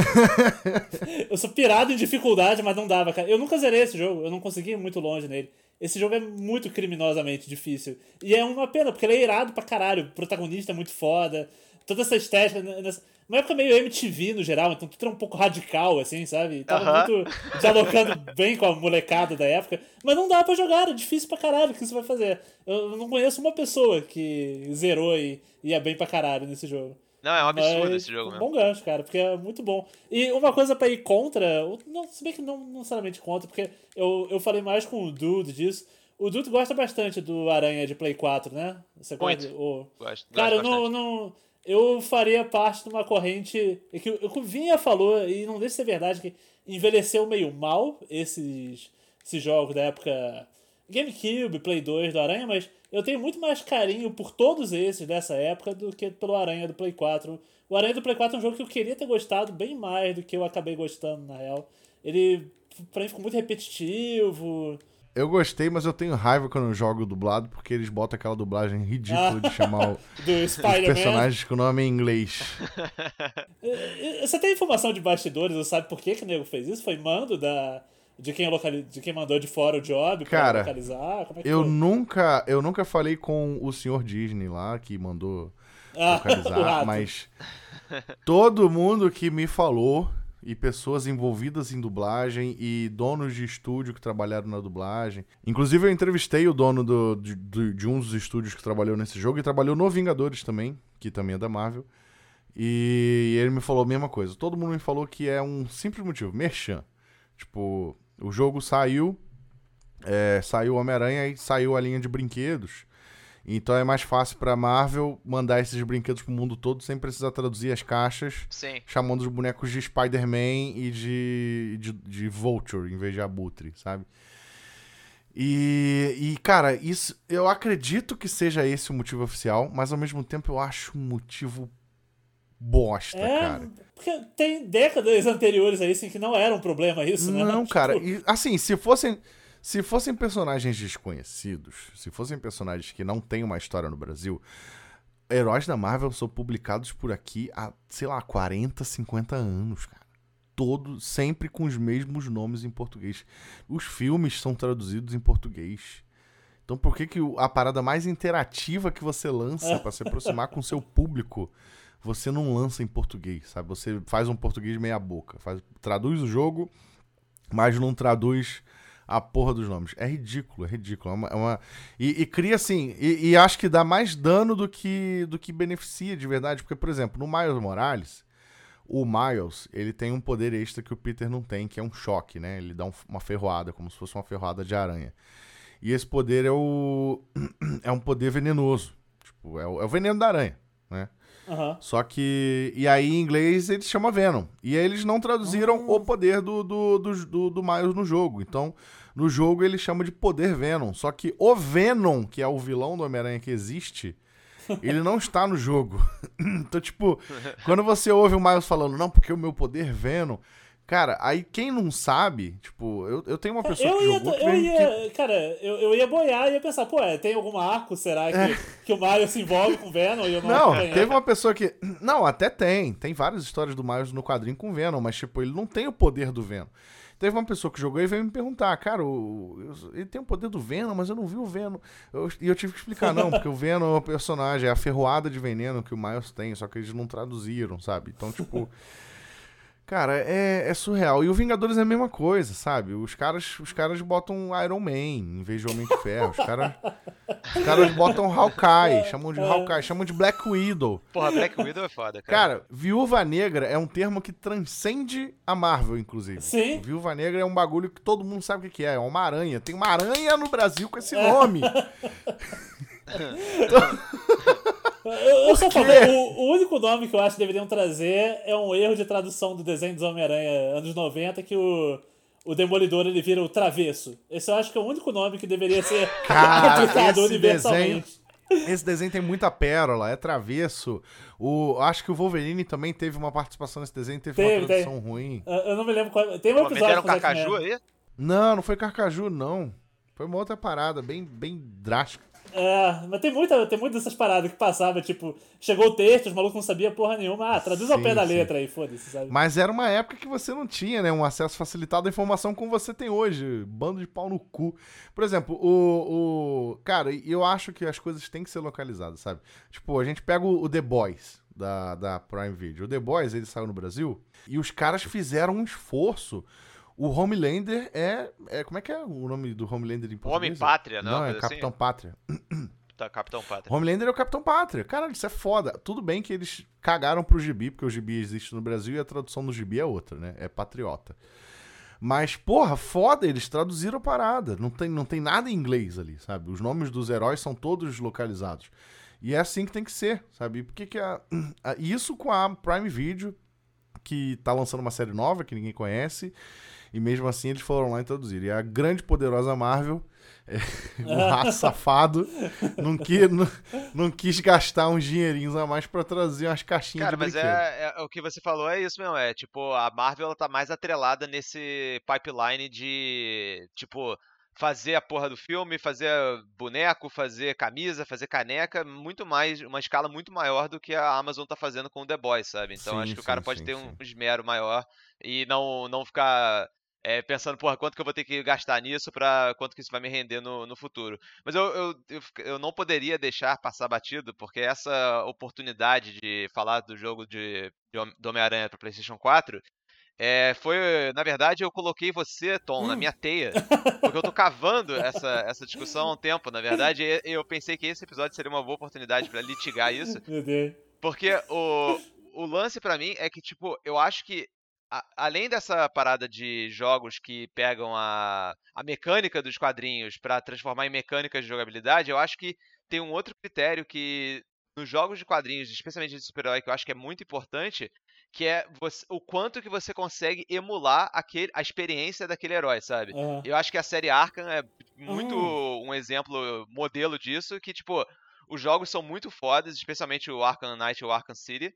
Eu sou pirado em dificuldade, mas não dava, cara. Eu nunca zerei esse jogo, eu não consegui ir muito longe nele. Esse jogo é muito criminosamente difícil. E é uma pena, porque ele é irado pra caralho. O protagonista é muito foda. Toda essa estética. Nessa... Uma época meio M T V no geral, então tudo era um pouco radical, assim, sabe? Tava Aham. muito dialogando bem com a molecada da época. Mas não dá pra jogar, era difícil pra caralho. O que você vai fazer? Eu não conheço uma pessoa que zerou e ia bem pra caralho nesse jogo. Não, é um absurdo Mas esse jogo um mesmo. bom gancho, cara, porque é muito bom. E uma coisa pra ir contra, não, se bem que não necessariamente contra, porque eu, eu falei mais com o Dude disso. O Dude gosta bastante do Aranha de Play quatro, né? Você Muito. gosta? O... Gosto, Cara, eu gosto não, bastante. não. Eu faria parte de uma corrente. É que o que o Vinha falou, e não deixa de ser verdade, que envelheceu meio mal esses, esses jogos da época GameCube, Play dois do Aranha, mas eu tenho muito mais carinho por todos esses dessa época do que pelo Aranha do Play quatro. O Aranha do Play quatro é um jogo que eu queria ter gostado bem mais do que eu acabei gostando, na real. Ele, pra mim, ficou muito repetitivo. Eu gostei, mas eu tenho raiva quando eu jogo dublado, porque eles botam aquela dublagem ridícula de chamar o- Do os Spider-Man. personagens com o nome em inglês. Eh, Você tem informação de bastidores? Você sabe por que, que o nego fez isso? Foi mando da, de, quem locali, de quem mandou de fora o job pra Cara, localizar? Como é que Eu foi? nunca, eu nunca falei com o senhor Disney lá, que mandou Ah, o localizar, rato. mas todo mundo que me falou, e pessoas envolvidas em dublagem, e donos de estúdio que trabalharam na dublagem. Inclusive eu entrevistei o dono do, de, de- de um dos estúdios que trabalhou nesse jogo, e trabalhou no Vingadores também, que também é da Marvel. E ele me falou a mesma coisa. Todo mundo me falou que é um simples motivo, merchan. Tipo, o jogo saiu, é, saiu o Homem-Aranha e saiu a linha de brinquedos. Então é mais fácil pra Marvel mandar esses brinquedos pro mundo todo sem precisar traduzir as caixas, Sim. chamando os bonecos de Spider-Man e de, de, de Vulture em vez de Abutre, sabe? E, e, cara, isso eu acredito que seja esse o motivo oficial, mas ao mesmo tempo eu acho um motivo bosta, É, cara. porque tem décadas anteriores aí assim, que não era um problema isso, né? Não, Tipo, cara, e, assim, se fossem se fossem personagens desconhecidos, se fossem personagens que não têm uma história no Brasil, heróis da Marvel são publicados por aqui há, sei lá, quarenta, cinquenta anos, cara. Todos, sempre com os mesmos nomes em português. Os filmes são traduzidos em português. Então por que que o- a parada mais interativa que você lança pra se aproximar com o seu público, você não lança em português, sabe? Você faz um português meia boca, faz, traduz o jogo, mas não traduz a porra dos nomes. É ridículo, é ridículo. É uma, é uma- E, e cria assim, e, e acho que dá mais dano do que, do que beneficia de verdade, porque, por exemplo, no Miles Morales, o Miles, ele tem um poder extra que o Peter não tem, que é um choque, né? Ele dá um- uma ferroada, como se fosse uma ferroada de aranha. E esse poder é o é um poder venenoso. Tipo, é o, é o veneno da aranha, né? aham. Só que... E aí, em inglês, ele chama Venom. E aí, eles não traduziram Ah. o poder do, do, do, do, do Miles no jogo. Então, no jogo, ele chama de poder Venom. Só que o Venom, que é o vilão do Homem-Aranha que existe, ele não está no jogo. Então, tipo, quando você ouve o Miles falando, não, porque o meu poder Venom... Cara, aí quem não sabe, tipo, eu, eu tenho uma pessoa Eu que ia, jogou que eu veio ia, cara, eu, eu ia boiar e ia pensar, pô, é, tem algum arco, será que, que o Mario se envolve com o Venom e eu não Não, acompanhei? teve uma pessoa que... Não, até tem. Tem várias histórias do Miles no quadrinho com o Venom, mas, tipo, ele não tem o poder do Venom. Teve uma pessoa que jogou e veio me perguntar, cara, o, eu, ele tem o poder do Venom, mas eu não vi o Venom. Eu, e eu tive que explicar, não, porque o Venom é o personagem, é a ferroada de veneno que o Miles tem, só que eles não traduziram, sabe? Então, tipo... Cara, é, é surreal. E o Vingadores é a mesma coisa, sabe? Os caras, os caras botam Iron Man em vez de Homem de Ferro. Os caras, os caras botam Hawkeye, chamam de Hawkeye, chamam de Black Widow. Porra, Black Widow é foda, cara. Cara, Viúva Negra é um termo que transcende a Marvel, inclusive. Sim. Viúva Negra é um bagulho que todo mundo sabe o que é. É uma aranha. Tem uma aranha no Brasil com esse nome. Eu, eu só falei, o, o único nome que eu acho que deveriam trazer é um erro de tradução do desenho dos Homem-Aranha anos noventa, que o, o Demolidor ele vira o Travesso. Esse eu acho que é o único nome que deveria ser Cara, aplicado esse universalmente. Desenho, esse desenho tem muita pérola, é travesso. O, acho que o Wolverine também teve uma participação nesse desenho, teve, teve uma tradução tem. ruim. Eu, eu não me lembro qual. Tem um Pô, episódio meteram com Carcaju aí? Não, não foi Carcaju, não. Foi uma outra parada, bem, bem drástica. É, mas tem muita, tem muitas dessas paradas que passava, tipo, chegou o texto, os malucos não sabiam porra nenhuma, ah, traduz ao pé da letra aí, foda-se, sabe? Mas era uma época que você não tinha, né, um acesso facilitado à informação como você tem hoje, bando de pau no cu. Por exemplo, o, o... Cara, eu acho que as coisas têm que ser localizadas, sabe? Tipo, a gente pega o, o The Boys, da, da Prime Video. O The Boys, ele saiu no Brasil, e os caras fizeram um esforço. O Homelander é, é... Como é que é o nome do Homelander em português? Homem-Pátria, não? Não, é Assim? Capitão Pátria. Tá, Capitão Pátria. Homelander é o Capitão Pátria. Cara, isso é foda. Tudo bem que eles cagaram pro gibi, porque o gibi existe no Brasil e a tradução do gibi é outra, né? É patriota. Mas, porra, foda, eles traduziram a parada. Não tem, não tem nada em inglês ali, sabe? Os nomes dos heróis são todos localizados. E é assim que tem que ser, sabe? Por que que a... Isso com a Prime Video, que tá lançando uma série nova que ninguém conhece, e mesmo assim eles foram lá e traduziram. E a grande poderosa Marvel, é, o rato safado, não quis, não, não quis gastar uns dinheirinhos a mais pra trazer umas caixinhas Cara, de mas brinquedo. é, é o que você falou é isso mesmo, é tipo, a Marvel ela tá mais atrelada nesse pipeline de, tipo, fazer a porra do filme, fazer boneco, fazer camisa, fazer caneca, muito mais, uma escala muito maior do que a Amazon tá fazendo com o The Boys, sabe? Então Sim, acho que o cara sim, pode sim, ter sim. um esmero maior e não, não ficar é, pensando, porra, quanto que eu vou ter que gastar nisso pra quanto que isso vai me render no, no futuro. Mas eu, eu, eu, eu não poderia deixar passar batido, porque essa oportunidade de falar do jogo de, de Hom- do Homem-Aranha pra PlayStation quatro é, foi, na verdade, eu coloquei você, Tom, na minha teia, porque eu tô cavando essa, essa discussão há um tempo, na verdade, e eu pensei que esse episódio seria uma boa oportunidade pra litigar isso, Meu Deus. porque o, o lance pra mim é que, tipo, eu acho que, a- além dessa parada de jogos que pegam a, a mecânica dos quadrinhos pra transformar em mecânicas de jogabilidade, eu acho que tem um outro critério que, nos jogos de quadrinhos, especialmente de super-herói, que eu acho que é muito importante, que é você- o quanto que você consegue emular aquele, a experiência daquele herói, sabe? Aham. Eu acho que a série Arkham é muito Hum. um exemplo, modelo disso, que, tipo, os jogos são muito fodas, especialmente o Arkham Knight e o Arkham City.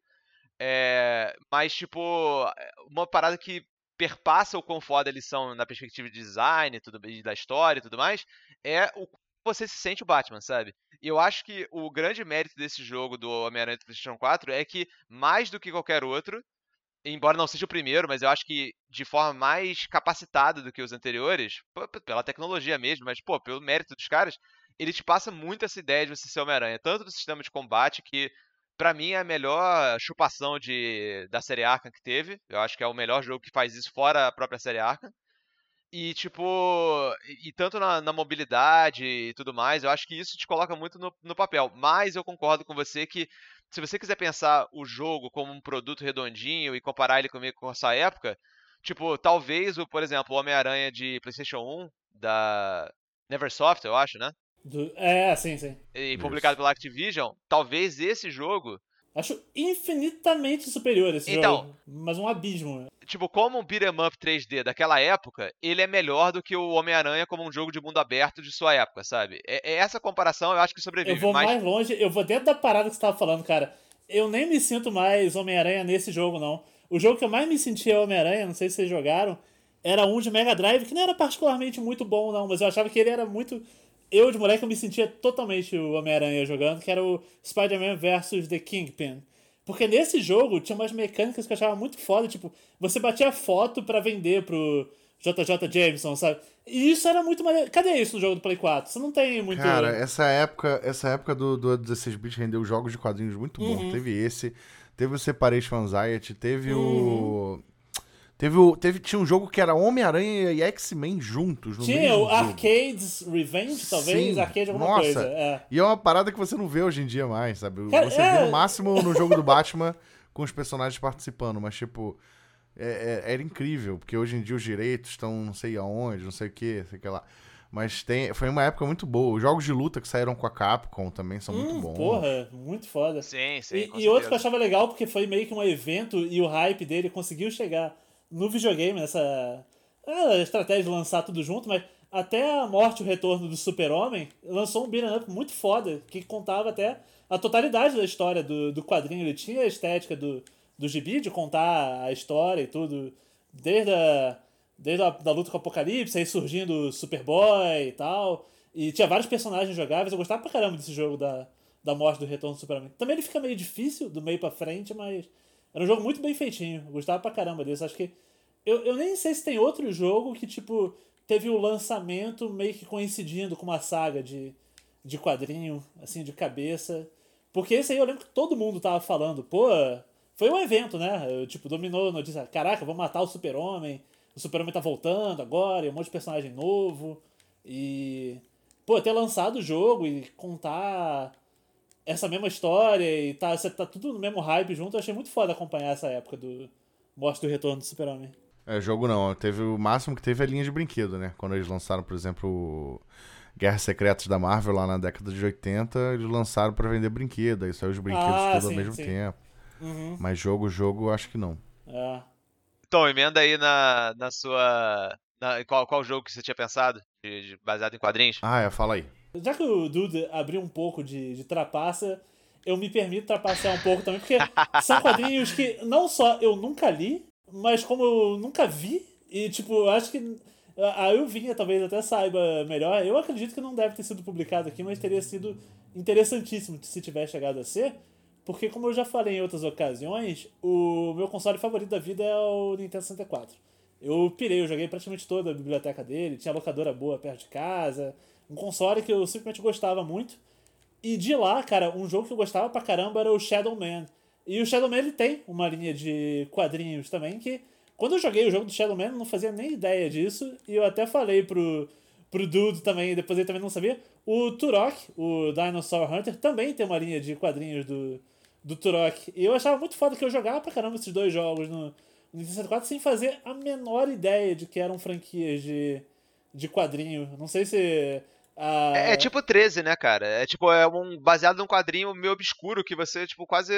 É, mas, tipo, uma parada que perpassa o quão foda eles são na perspectiva de design e tudo, e da história e tudo mais, é o quanto você se sente o Batman, sabe? E eu acho que o grande mérito desse jogo do Homem-Aranha do PlayStation quatro é que, mais do que qualquer outro, embora não seja o primeiro, mas eu acho que de forma mais capacitada do que os anteriores, p- p- pela tecnologia mesmo, mas, pô, pelo mérito dos caras, ele te passa muito essa ideia de você ser Homem-Aranha, tanto do sistema de combate, que pra mim é a melhor chupação de, da série Arkham que teve, eu acho que é o melhor jogo que faz isso fora a própria série Arkham, e tipo, e, e tanto na, na mobilidade e tudo mais, eu acho que isso te coloca muito no, no papel. Mas eu concordo com você que se você quiser pensar o jogo como um produto redondinho e comparar ele comigo com essa época, tipo, talvez o, por exemplo, o Homem-Aranha de PlayStation um da Neversoft, eu acho, né? Do- É, sim, sim. E Isso. publicado pela Activision, talvez esse jogo, Acho infinitamente superior esse Então. jogo. Mas um abismo. tipo, como um beat'em up três D daquela época, ele é melhor do que o Homem-Aranha como um jogo de mundo aberto de sua época, sabe? É, é essa comparação eu acho que Eu sobrevive. vou mas mais longe, eu vou dentro da parada que você tava falando, cara. Eu nem me sinto mais Homem-Aranha nesse jogo, não. O jogo que eu mais me sentia Homem-Aranha, não sei se vocês jogaram, era um de Mega Drive, que não era particularmente muito bom, não, mas eu achava que ele era muito. Eu, de moleque, eu me sentia totalmente o Homem-Aranha jogando, que era o Spider-Man versus The Kingpin. Porque nesse jogo tinha umas mecânicas que eu achava muito foda, tipo, você batia foto pra vender pro, J J. Jameson, sabe? E isso era muito maneiro. Cadê isso no jogo do Play quatro? Você não tem muito... Cara, essa época, essa época do, do dezesseis bits rendeu jogos de quadrinhos muito bons. Uhum. Teve esse, teve o Separation Anxiety, teve Uhum. o... Teve o... Teve, tinha um jogo que era Homem-Aranha e X-Men juntos no Tinha mesmo o jogo. Arcades Revenge, talvez? Sim. Arcade alguma Nossa. coisa. É. E é uma parada que você não vê hoje em dia mais, sabe? Cara, você é... vê no máximo no jogo do Batman com os personagens participando, mas tipo... É, é, era incrível, porque hoje em dia os direitos estão não sei aonde, não sei o que, sei o que lá. Mas tem, foi uma época muito boa. Os jogos de luta que saíram com a Capcom também são hum, muito bons. Porra, muito foda. Sim, sim, E, com e outro que eu certeza. achava legal, porque foi meio que um evento e o hype dele conseguiu chegar no videogame, nessa ah, estratégia de lançar tudo junto, mas até a morte e o retorno do Super-Homem lançou um beat'em up muito foda, que contava até a totalidade da história do, do quadrinho. Ele tinha a estética do, do gibi, de contar a história e tudo, desde a, desde a da luta com o Apocalipse, aí surgindo o Superboy e tal. E tinha vários personagens jogáveis. Eu gostava pra caramba desse jogo da, da morte do retorno do Superman. Também ele fica meio difícil do meio pra frente, mas era um jogo muito bem feitinho. Eu gostava pra caramba desse. Acho que... Eu, eu nem sei se tem outro jogo que, tipo, teve o lançamento meio que coincidindo com uma saga de, de quadrinho, assim, de cabeça. Porque esse aí eu lembro que todo mundo tava falando, pô... Foi um evento, né? Eu, tipo, dominou a notícia. Caraca, vamos matar o Super-Homem. O Super-Homem tá voltando agora. E um monte de personagem novo. E... Pô, ter lançado o jogo e contar essa mesma história e tá, você tá tudo no mesmo hype junto. Eu achei muito foda acompanhar essa época do Morte do Retorno do Super-Homem. É, jogo não. Teve o máximo que teve a linha de brinquedo, né? Quando eles lançaram, por exemplo, o Guerras Secretas da Marvel lá na década de oitenta, eles lançaram pra vender brinquedo. Aí saiu os brinquedos Ah, todos sim, ao mesmo sim. tempo. Uhum. Mas jogo, jogo, acho que não. É. Então, emenda aí na, na sua... Na, qual, qual jogo que você tinha pensado, de, de- baseado em quadrinhos? Ah, é, fala aí. Já que o Dude abriu um pouco de, de trapaça, eu me permito trapacear um pouco também, porque são quadrinhos que não só eu nunca li, mas como eu nunca vi, e tipo, eu acho que a a Elvinha talvez até saiba melhor. Eu acredito que não deve ter sido publicado aqui, mas teria sido interessantíssimo se tivesse chegado a ser, porque como eu já falei em outras ocasiões, o meu console favorito da vida é o Nintendo sessenta e quatro. Eu pirei, eu joguei praticamente toda a biblioteca dele, tinha locadora boa perto de casa, um console que eu simplesmente gostava muito. E de lá, cara, um jogo que eu gostava pra caramba era o Shadow Man. E o Shadow Man, ele tem uma linha de quadrinhos também, que quando eu joguei o jogo do Shadow Man, eu não fazia nem ideia disso, e eu até falei pro, pro Dude também, depois ele também não sabia. O Turok, o Dinosaur Hunter, também tem uma linha de quadrinhos do, do Turok. E eu achava muito foda que eu jogava pra caramba esses dois jogos no Nintendo sessenta e quatro sem fazer a menor ideia de que eram franquias de, de quadrinho. Não sei se... a É, é tipo treze, né, cara? É tipo, é um baseado num quadrinho meio obscuro que você, tipo, quase.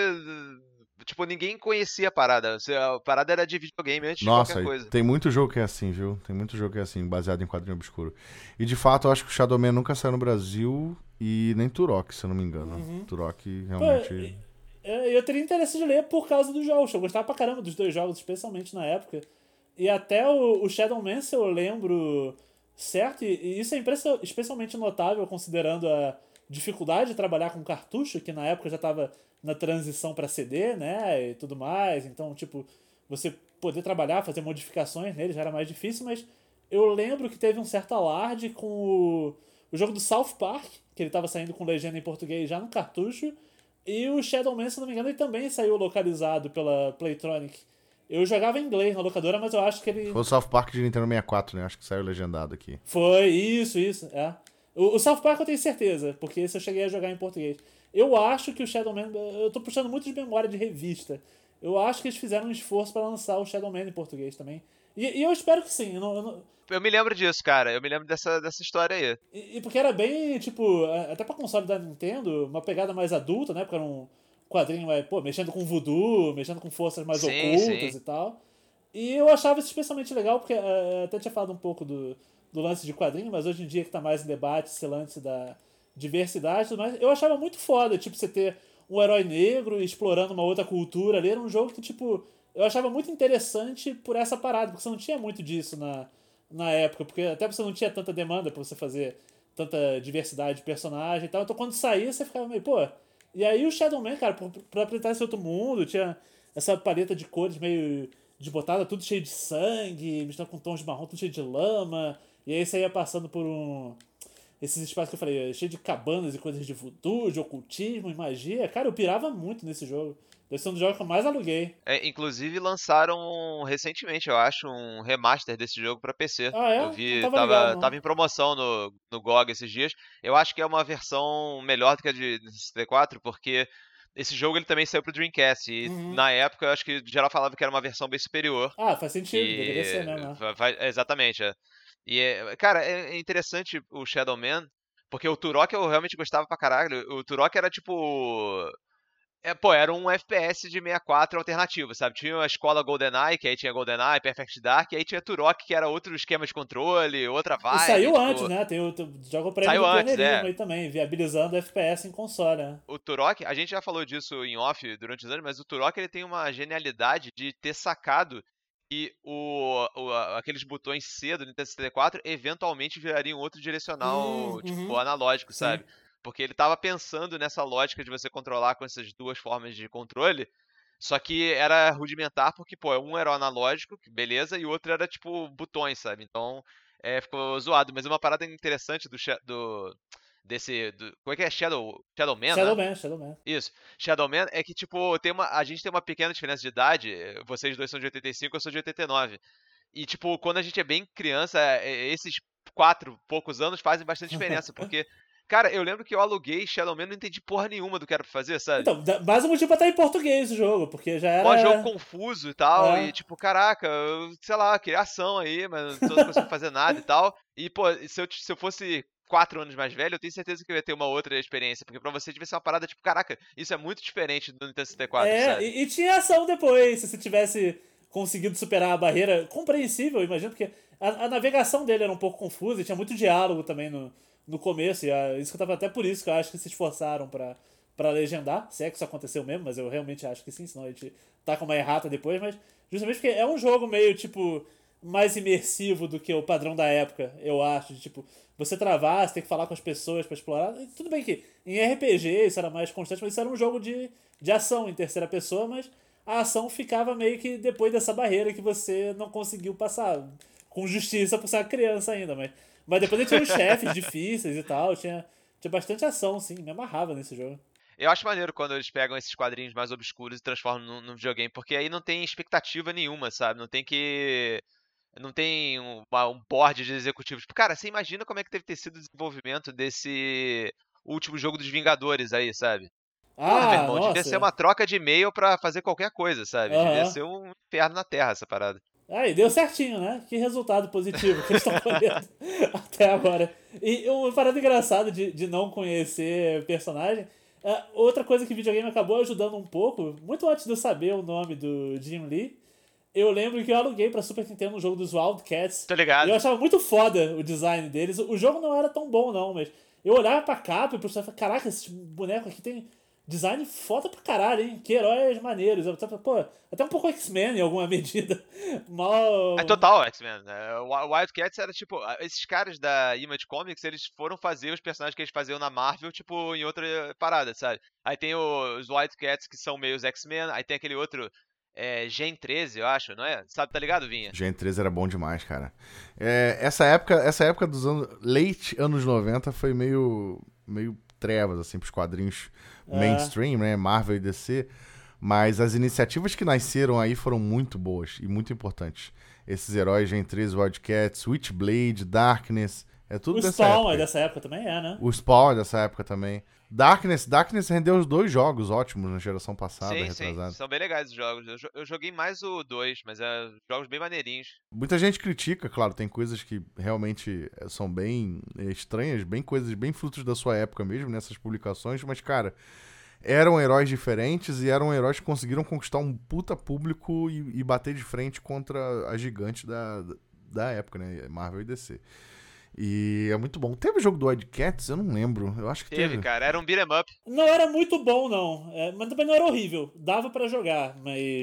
Tipo, ninguém conhecia a parada. Você- A parada era de videogame antes de Nossa, qualquer coisa. tem muito jogo que é assim, viu? Tem muito jogo que é assim, baseado em quadrinho obscuro. E de fato, eu acho que o Shadow Man nunca saiu no Brasil e nem Turok, se eu não me engano. Uhum. Turok Pô, realmente. é, eu teria interesse de ler por causa dos jogos. Eu gostava pra caramba dos dois jogos, especialmente na época. E até o, o Shadow Man, se eu lembro certo, e, e isso é impressa- especialmente notável considerando a dificuldade de trabalhar com cartucho, que na época já estava na transição para C D, né, e tudo mais. Então, tipo, você poder trabalhar, fazer modificações nele já era mais difícil, mas eu lembro que teve um certo alarde com o, o jogo do South Park, que ele estava saindo com legenda em português já no cartucho, e o Shadow Man, se não me engano, ele também saiu localizado pela Playtronic. Eu jogava em inglês na locadora, mas eu acho que ele... Foi o South Park de Nintendo sessenta e quatro, né? Acho que saiu legendado aqui. Foi, isso, isso, é. O, o South Park eu tenho certeza, porque esse eu cheguei a jogar em português. Eu acho que o Shadow Man... Eu tô puxando muito de memória de revista. Eu acho que eles fizeram um esforço pra lançar o Shadow Man em português também. E, e eu espero que sim. Eu não, eu não- Eu me lembro disso, cara. Eu me lembro dessa, dessa história aí. E, e porque era bem, tipo, a- até pra console da Nintendo, uma pegada mais adulta, né? Porque era um quadrinho, mais, pô, mexendo com voodoo, mexendo com forças mais Sim, ocultas sim. e tal. E eu achava isso especialmente legal, porque eh, até tinha falado um pouco do, do lance de quadrinho, mas hoje em dia que tá mais em debate esse lance da diversidade e tudo mais, eu achava muito foda, tipo, você ter um herói negro explorando uma outra cultura ali. Era um jogo que, tipo, eu achava muito interessante por essa parada, porque você não tinha muito disso na, na época, porque até você não tinha tanta demanda pra você fazer tanta diversidade de personagem e tal. Então quando saía, você ficava meio, pô. E aí o Shadow Man, cara, pra pra apresentar esse outro mundo, tinha essa paleta de cores meio desbotada, tudo cheio de sangue, misturado com tons de marrom, tudo cheio de lama. E aí você ia passando por um... esses espaços que eu falei, cheio de cabanas e coisas de voodoo, de ocultismo e magia. Cara, eu pirava muito nesse jogo. Deve ser um dos jogos que eu mais aluguei. É, inclusive lançaram recentemente, eu acho, um remaster desse jogo pra P C. Ah, é? Eu Não vi, tava ligado, tava, não. tava em promoção no, no G O G esses dias. Eu acho que é uma versão melhor do que a de sessenta e quatro, porque esse jogo ele também saiu pro Dreamcast. E Uhum. na época eu acho que geral falava que era uma versão bem superior. Ah, faz sentido, Que deveria ser mesmo. né? vai- vai- exatamente. É. E é- cara, é, é interessante o Shadow Man, porque o Turok eu realmente gostava pra caralho. O Turok era tipo. É, pô, era um F P S de sessenta e quatro alternativo, sabe? Tinha a escola GoldenEye, que aí tinha GoldenEye, Perfect Dark, e aí tinha Turok, que era outro esquema de controle, outra E vibe. saiu tipo... antes, né? Tem o, tu joga o prêmio Saiu do antes, pioneirismo é. aí também, viabilizando F P S em console, né? O Turok, a gente já falou disso em off durante os anos, mas o Turok ele tem uma genialidade de ter sacado que o, o- a- aqueles botões C do Nintendo sessenta e quatro eventualmente virariam outro direcional, Hum, tipo, uhum. analógico, Sim. sabe? Porque ele tava pensando nessa lógica de você controlar com essas duas formas de controle, só que era rudimentar porque, pô, um era o analógico, que beleza, e o outro era, tipo, botões, sabe? Então, é, ficou zoado. Mas uma parada interessante do, Sha- do desse, do, como é que é? Shadow, Shadow Man, Shadow né? Man, Shadow Man. Isso. Shadow Man é que, tipo, tem uma, a gente tem uma pequena diferença de idade. Vocês dois são de oitenta e cinco, eu sou de oitenta e nove. E, tipo, quando a gente é bem criança, é, esses quatro poucos anos fazem bastante diferença. Porque, cara, eu lembro que eu aluguei Shadow Man e não entendi porra nenhuma do que era pra fazer, sabe? Então, dá- mais um motivo pra estar em português o jogo, porque já Mó jogo era. confuso e tal, É. e tipo, caraca, eu, sei lá, criação aí, mas não tô conseguindo fazer nada e tal. E, pô, se eu, se eu fosse quatro anos mais velho, eu tenho certeza que eu ia ter uma outra experiência, porque pra você devia ser uma parada tipo, caraca, isso é muito diferente do Nintendo sessenta e quatro, É, sabe? e, e tinha ação depois, se você tivesse conseguido superar a barreira. Compreensível, eu imagino, porque a, a navegação dele era um pouco confusa e tinha muito diálogo também no, no começo. E a, isso que eu tava até por isso que eu acho que se esforçaram pra, pra legendar. Se é que isso aconteceu mesmo, mas eu realmente acho que sim, senão a gente tá com uma errata depois. Mas justamente porque é um jogo meio tipo mais imersivo do que o padrão da época, eu acho. De, tipo, você travar, você tem que falar com as pessoas pra explorar. E tudo bem que em R P G isso era mais constante, mas isso era um jogo de, de ação em terceira pessoa, mas a ação ficava meio que depois dessa barreira que você não conseguiu passar. Com justiça por ser uma criança ainda, mas, mas depois ele tinha uns chefes difíceis e tal, tinha, tinha bastante ação, sim, me amarrava nesse jogo. Eu acho maneiro quando eles pegam esses quadrinhos mais obscuros e transformam num, num videogame, porque aí não tem expectativa nenhuma, sabe? Não tem que. Não tem um, uma- um board de executivos. Tipo, cara, você imagina como é que deve ter sido o desenvolvimento desse último jogo dos Vingadores aí, sabe? Porra, meu Ah, irmão, devia ser nossa. uma troca de e-mail pra fazer qualquer coisa, sabe? Devia Aham. ser um inferno na Terra essa parada. Aí, deu certinho, né? Que resultado positivo que eles estão colhendo até agora. E uma parada engraçada de, de não conhecer personagem. É, outra coisa que o videogame acabou ajudando um pouco, muito antes de eu saber o nome do Jim Lee, eu lembro que eu aluguei pra Super Nintendo um jogo dos Wildcats. Tô E eu ligado. achava muito foda o design deles. O jogo não era tão bom, não, mas eu olhava pra capa e pensava, caraca, esse boneco aqui tem design foda pra caralho, hein? Que heróis maneiros. Eu pensava, pô, até um pouco X-Men em alguma medida. Mal. É total X-Men, né? O Wildcats era tipo. Esses caras da Image Comics, eles foram fazer os personagens que eles faziam na Marvel, tipo, em outra parada, sabe? Aí tem os Wildcats que são meio os X-Men, aí tem aquele outro. É, Gen treze, eu acho, não é? Sabe, tá ligado, Vinha? Gen treze era bom demais, cara. É, essa época, essa época dos anos. Late anos noventa foi meio. meio trevas, assim, pros quadrinhos É. mainstream, né? Marvel e D C. Mas as iniciativas que nasceram aí foram muito boas e muito importantes. Esses heróis, Gen treze, Wildcats, Witchblade, Darkness. É tudo O dessa Spawn época. é dessa época também, é, né? O Spawn é dessa época também. Darkness, Darkness rendeu os dois jogos ótimos na geração passada, Sim, sim, retrasada. são bem legais os jogos. Eu, jo- eu joguei mais o dois, mas é jogos bem maneirinhos. Muita gente critica, claro, tem coisas que realmente eh, são bem eh, estranhas, bem coisas, bem frutos da sua época mesmo, nessas publicações, mas, cara, eram heróis diferentes e eram heróis que conseguiram conquistar um puta público e, e bater de frente contra a gigante da, da época, né, Marvel e D C. E é muito bom. Teve o jogo do Wildcats? Eu não lembro. Eu acho que teve. Teve, cara, era um beat'em up. Não era muito bom, não. É, mas também não era horrível. Dava pra jogar, mas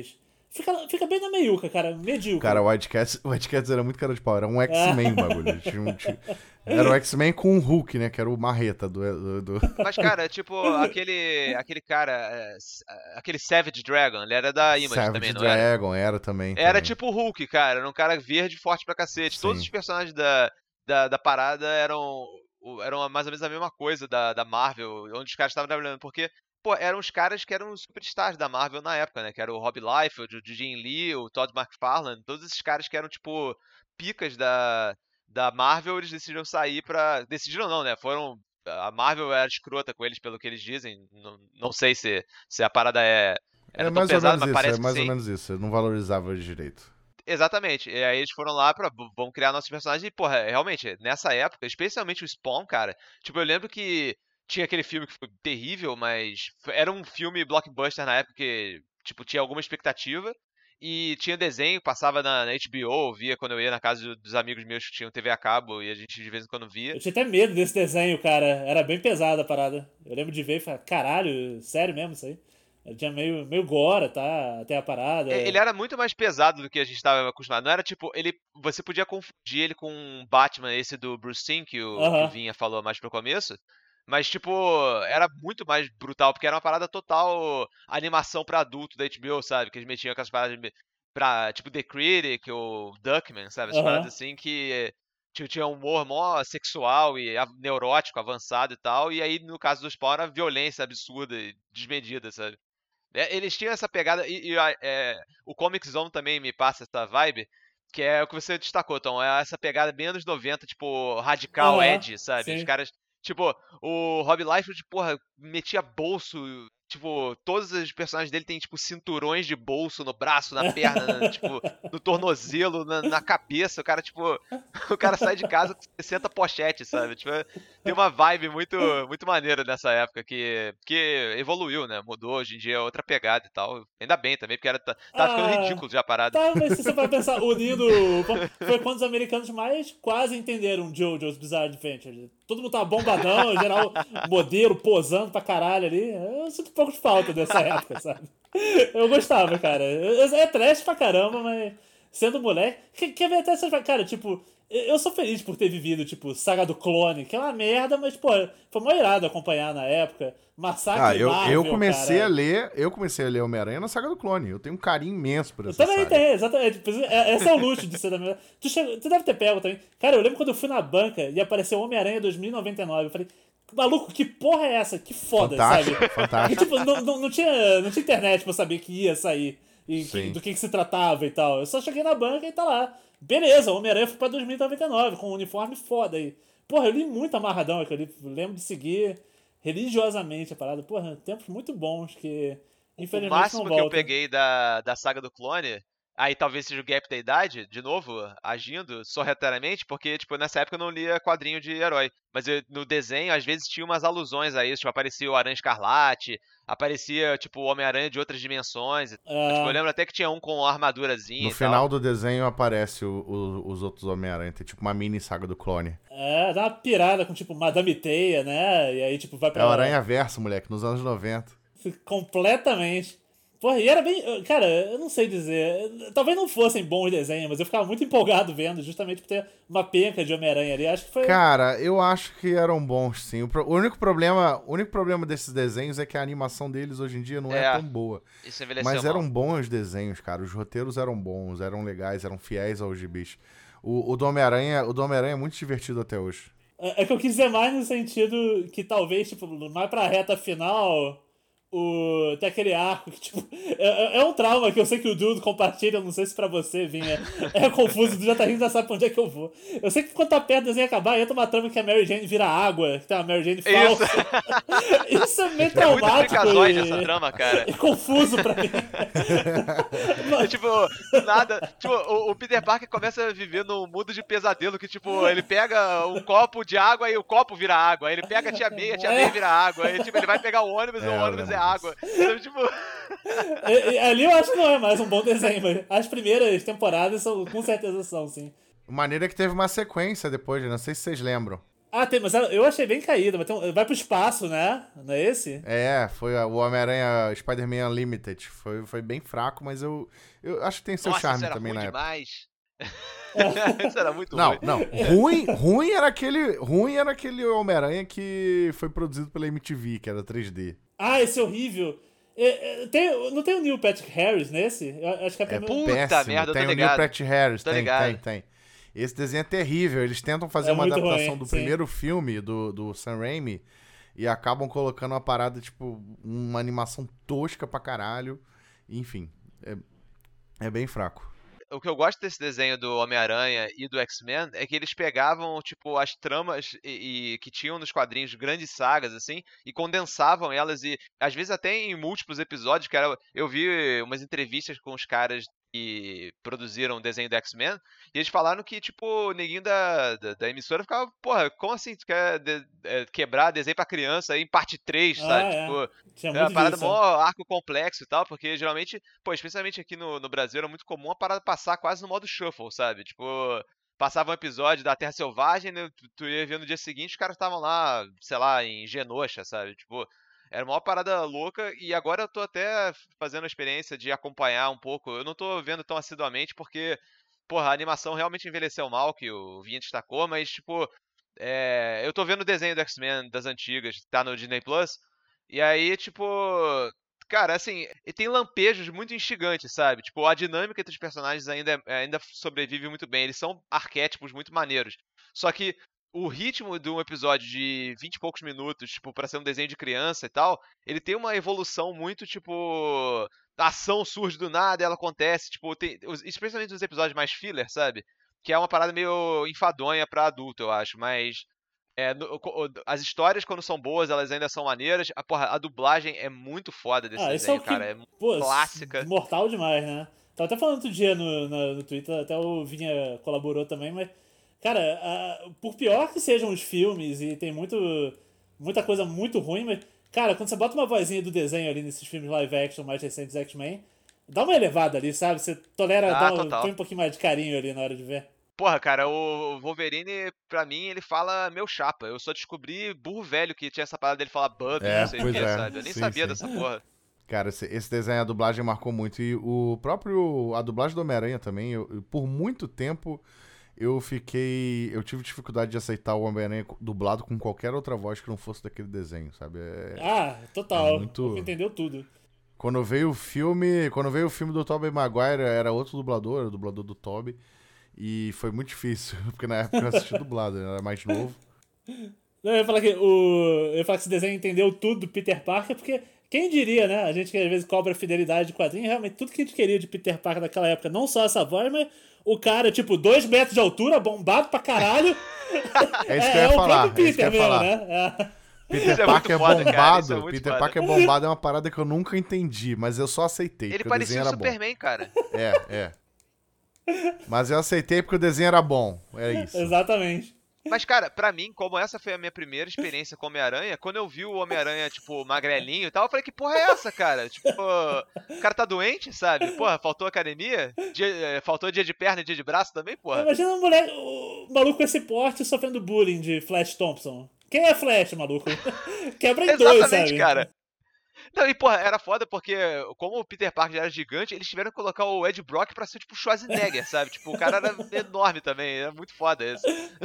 Fica, fica bem na meiuca, cara. Medíocre. Cara, o Wildcats, o Wildcats era muito cara de pau. Era um X-Men o bagulho. Tinha um, tinha... Era o X-Men com o Hulk, né? Que era o marreta do... do, do... Mas, cara, tipo, aquele, aquele cara, é, aquele Savage Dragon, ele era da Image Savage também, não Dragon, era? era também. Era também. tipo o Hulk, cara. Era um cara verde forte pra cacete. Sim. Todos os personagens da, da, da parada eram, eram mais ou menos a mesma coisa da, da Marvel, onde os caras estavam trabalhando. Porque, pô, eram os caras que eram os superstars da Marvel na época, né? Que era o Rob Liefeld, o Jim Lee, o Todd McFarlane. Todos esses caras que eram, tipo, picas da, da Marvel, eles decidiram sair pra... Decidiram não, né? Foram... A Marvel era escrota com eles, pelo que eles dizem. Não, não sei se, se a parada é... Era é tão mais pesada, ou menos mas isso, parece é mais que ou sim. menos isso. Eu não valorizava direito. Exatamente. E aí eles foram lá pra... Vamos criar nossos personagens. E, porra, realmente, nessa época, especialmente o Spawn, cara... Tipo, eu lembro que tinha aquele filme que foi terrível, mas... Era um filme blockbuster na época que, tipo, tinha alguma expectativa. E tinha desenho, passava na, na H B O, via quando eu ia na casa dos amigos meus que tinham T V a cabo. E a gente de vez em quando via. Eu tinha até medo desse desenho, cara. Era bem pesada a parada. Eu lembro de ver e falar, caralho, sério mesmo isso aí? Eu tinha meio, meio gore, tá? Até a parada. Ele era muito mais pesado do que a gente estava acostumado. Não era tipo, ele, você podia confundir ele com um Batman, esse do Bruce Timm, que o, Aham. que o Vinha falou mais pro começo. Mas, tipo, era muito mais brutal, porque era uma parada total animação pra adulto da H B O, sabe? Que eles metiam aquelas paradas de- pra, tipo, The Critic ou Duckman, sabe? Essas Aham. paradas assim que tipo, tinha um humor mó sexual e a- neurótico, avançado e tal. E aí, no caso do Spawn, era violência absurda e desmedida, sabe? É, eles tinham essa pegada, e, e a- é, o Comic Zone também me passa essa vibe, que é o que você destacou, Tom, é essa pegada bem anos noventa, tipo, radical, Aham. edgy, sabe? Os Sim. caras, tipo, o Rob Liefeld, porra, metia bolso, tipo, todos os personagens dele têm, tipo, cinturões de bolso no braço, na perna, na- tipo, no tornozelo, na, na cabeça, o cara, tipo, o cara sai de casa com sessenta pochetes, sabe? Tipo, tem uma vibe muito, muito maneira nessa época que, que evoluiu, né? Mudou, hoje em dia é outra pegada e tal. Ainda bem também, porque era, tá, tava ficando Ah, ridículo já a parada. tá, mas se você vai pensar, unindo. Foi quando os americanos mais quase entenderam JoJo's Bizarre Adventure. Todo mundo tava bombadão, em geral, modelo, posando pra caralho ali. Eu sinto um pouco de falta dessa época, sabe? Eu gostava, cara. Eu- É trash pra caramba, mas sendo moleque. Quer, quer ver até essas. Cara, tipo. Eu sou feliz por ter vivido, tipo, Saga do Clone, que é uma merda, mas, pô, foi mó irado acompanhar na época. Massacre Ah, eu, Marvel, eu comecei cara. a ler, eu comecei a ler Homem-Aranha na Saga do Clone. Eu tenho um carinho imenso por Eu essa também saga. tenho, exatamente. Tipo, é- Esse é o luxo de ser da minha. Tu, chegou, tu deve ter pego também. Cara, eu lembro quando eu fui na banca e apareceu Homem-Aranha dois mil e noventa e nove. Eu falei, maluco, que porra é essa? Que foda, Fantástico, sabe? fantástico. E, tipo, não, não, não, tinha, não tinha internet pra eu saber que ia sair e que- Sim. do que, que se tratava e tal. Eu só cheguei na banca e tá lá. Beleza, Homem-Aranha foi pra dois mil e noventa e nove, com um uniforme foda aí. Porra, eu li muito amarradão aquele livro. Lembro de seguir religiosamente a parada. Porra, tempos muito bons que O infelizmente máximo não que eu voltam. peguei da, da saga do clone, aí talvez seja o gap da idade, de novo, agindo sorrateiramente, porque, tipo, nessa época eu não lia quadrinho de herói. Mas eu- no desenho, às vezes, tinha umas alusões a isso, tipo, aparecia o Aranha Escarlate, aparecia, tipo, o Homem-Aranha de outras dimensões. Tipo, eu Ah, lembro até que tinha um com armadurazinha No e final tal. do desenho aparece o- o- os outros Homem-Aranha. Tem tipo uma mini saga do clone. é, dá uma pirada com, tipo, Madame Teia, né? E aí, tipo, vai pra... É o Aranha Verso, moleque, nos anos noventa. Completamente. Porra, e era bem... Cara, eu não sei dizer. Talvez não fossem bons desenhos, mas eu ficava muito empolgado vendo, justamente por ter uma penca de Homem-Aranha ali. Acho que foi... Cara, eu acho que eram bons, sim. O, pro- o único problema, o único problema desses desenhos é que a animação deles hoje em dia não é, É, tão boa. Isso envelheceu Mas mal. eram bons desenhos, cara. Os roteiros eram bons, eram legais, eram fiéis aos gibis. O, o do Homem-Aranha, o do Homem-Aranha é muito divertido até hoje. É é que eu quis dizer mais no sentido que talvez, tipo, mais pra reta final, o... tem aquele arco que, tipo, é, é- é um trauma que eu sei que o Dude compartilha, eu não sei se pra você, Vinha, é confuso, tu já tá rindo, já sabe pra onde é que eu vou. Eu sei que quando tá perto do desenho acabar, entra uma trama que a Mary Jane vira água, que tem uma Mary Jane falsa. Isso é meio É muito traumático fricazoide e... essa trama, cara. É confuso pra mim. É, tipo, do nada. Tipo, o, o Peter Parker começa a viver num mundo de pesadelo que, tipo, ele pega um copo de água e o copo vira água. Aí ele pega a tia May, a tia May vira água. Aí, tipo, ele vai pegar o ônibus e É, o eu ônibus é lembro água. Então, tipo, E- e Ali eu acho que não é mais um bom desenho, mas as primeiras temporadas são, com certeza são, sim. Maneira que teve uma sequência depois, não sei se vocês lembram. Ah, tem, mas eu achei bem caído. Mas tem, vai pro espaço, né? Não é esse? É, foi o Homem-Aranha Spider-Man Unlimited. Foi, foi bem fraco, mas eu, eu acho que tem seu Nossa, charme isso era também ruim na época. demais. Isso era muito Não, ruim. não. Ruim, ruim era aquele, ruim era aquele Homem-Aranha que foi produzido pela M T V, que era três D. Ah, esse é horrível. É, é, tem, não tem o Neil Patrick Harris nesse? Eu acho que é, É primeiro... Puta péssimo. merda, eu tô tem o Neil ligado. Patrick Harris, Tô tem, ligado. tem, tem. Esse desenho é terrível. Eles tentam fazer É uma muito adaptação ruim, do sim. primeiro filme do, do Sam Raimi e acabam colocando uma parada, tipo, uma animação tosca pra caralho. Enfim, é, é bem fraco. O que eu gosto desse desenho do Homem-Aranha e do X-Men é que eles pegavam, tipo, as tramas e, e que tinham nos quadrinhos grandes sagas, assim, e condensavam elas e, às vezes, até em múltiplos episódios, que era, eu vi umas entrevistas com os caras que produziram o desenho do X-Men, e eles falaram que, tipo, o neguinho da, da, da emissora ficava, porra, como assim tu quer de, é, quebrar desenho pra criança aí em parte três, Ah, sabe? é. Tipo, Tinha é uma muito parada disso. mó arco complexo e tal, porque geralmente, pô, especialmente aqui no, no Brasil, era muito comum a parada passar quase no modo shuffle, sabe? Tipo, passava um episódio da Terra Selvagem, né, tu, tu ia ver no dia seguinte, os caras estavam lá, sei lá, em Genosha, sabe? Tipo, era uma parada louca e agora eu tô até fazendo a experiência de acompanhar um pouco. Eu não tô vendo tão assiduamente porque, porra, a animação realmente envelheceu mal, que o Vinha destacou, mas, tipo, é, eu tô vendo o desenho do X-Men das antigas, que tá no Disney Plus, e aí, tipo, cara, assim, e tem lampejos muito instigantes, sabe? Tipo, a dinâmica entre os personagens ainda, é- ainda sobrevive muito bem. Eles são arquétipos muito maneiros. Só que o ritmo de um episódio de vinte e poucos minutos, tipo, pra ser um desenho de criança e tal, ele tem uma evolução muito, tipo. A ação surge do nada, ela acontece, tipo, tem, os- especialmente nos episódios mais filler, sabe? Que é uma parada meio enfadonha pra adulto, eu acho, mas. É, no- co- o- as histórias, quando são boas, elas ainda são maneiras. A, porra, a dublagem é muito foda desse Ah, isso é o desenho, que, cara. É muito pô, clássica. mortal demais, né? Tava até falando outro dia no, no, no Twitter, até o Vinha colaborou também, mas, cara, a- por pior que sejam os filmes, e tem muito, muita coisa muito ruim, mas, cara, quando você bota uma vozinha do desenho ali nesses filmes live action mais recentes X-Men, dá uma elevada ali, sabe? Você tolera, Ah, dá, um- total. põe um pouquinho mais de carinho ali na hora de ver. Porra, cara, o Wolverine, pra mim, ele fala meu chapa. Eu só descobri burro velho que tinha essa parada dele falar bub, É, não sei o pois que, é. sabe? Eu nem Sim, sabia sim. dessa porra. Cara, esse, esse desenho, a dublagem marcou muito. E o próprio. A dublagem do Homem-Aranha também, eu- eu- por muito tempo eu fiquei. Eu tive dificuldade de aceitar o Homem-Aranha dublado com qualquer outra voz que não fosse daquele desenho, sabe? É- Ah, total. É muito- Entendeu tudo. Quando veio o filme. Quando veio o filme do Tobey Maguire, era outro dublador, era o dublador do Tobey. E foi muito difícil, porque na época eu assisti dublado, eu era mais novo. Não, eu ia falar que o. Eu ia falar que esse desenho entendeu tudo do Peter Parker, porque quem diria, né? A gente que às vezes cobra fidelidade de quadrinho, realmente tudo que a gente queria de Peter Parker naquela época, não só essa voz, mas o cara, tipo, dois metros de altura, bombado pra caralho. É isso que eu ia é falar, o próprio é isso que eu Peter ia mesmo, falar. né? É. Peter Isso é Parker muito foda, cara, bombado. isso é muito Peter foda. Parker bombado é uma parada que eu nunca entendi, mas eu só aceitei, Ele porque o parecia desenho o era bom. Superman, cara. É, é. Mas eu aceitei porque o desenho era bom. É isso. Exatamente. Mas, cara, pra mim, como essa foi a minha primeira experiência com Homem-Aranha, quando eu vi o Homem-Aranha, tipo, magrelinho e tal, eu falei, que porra é essa, cara? Tipo, o cara tá doente, sabe? Porra, faltou academia? Dia, eh, faltou dia de perna e dia de braço também, porra? Imagina um moleque, o maluco com esse porte sofrendo bullying de Flash Thompson. Quem é Flash, maluco? Quebra em dois, Exatamente, sabe? cara. Não, e porra, era foda porque, como o Peter Parker já era gigante, eles tiveram que colocar o Ed Brock pra ser tipo Schwarzenegger, sabe? Tipo, o cara era enorme também, era muito foda isso.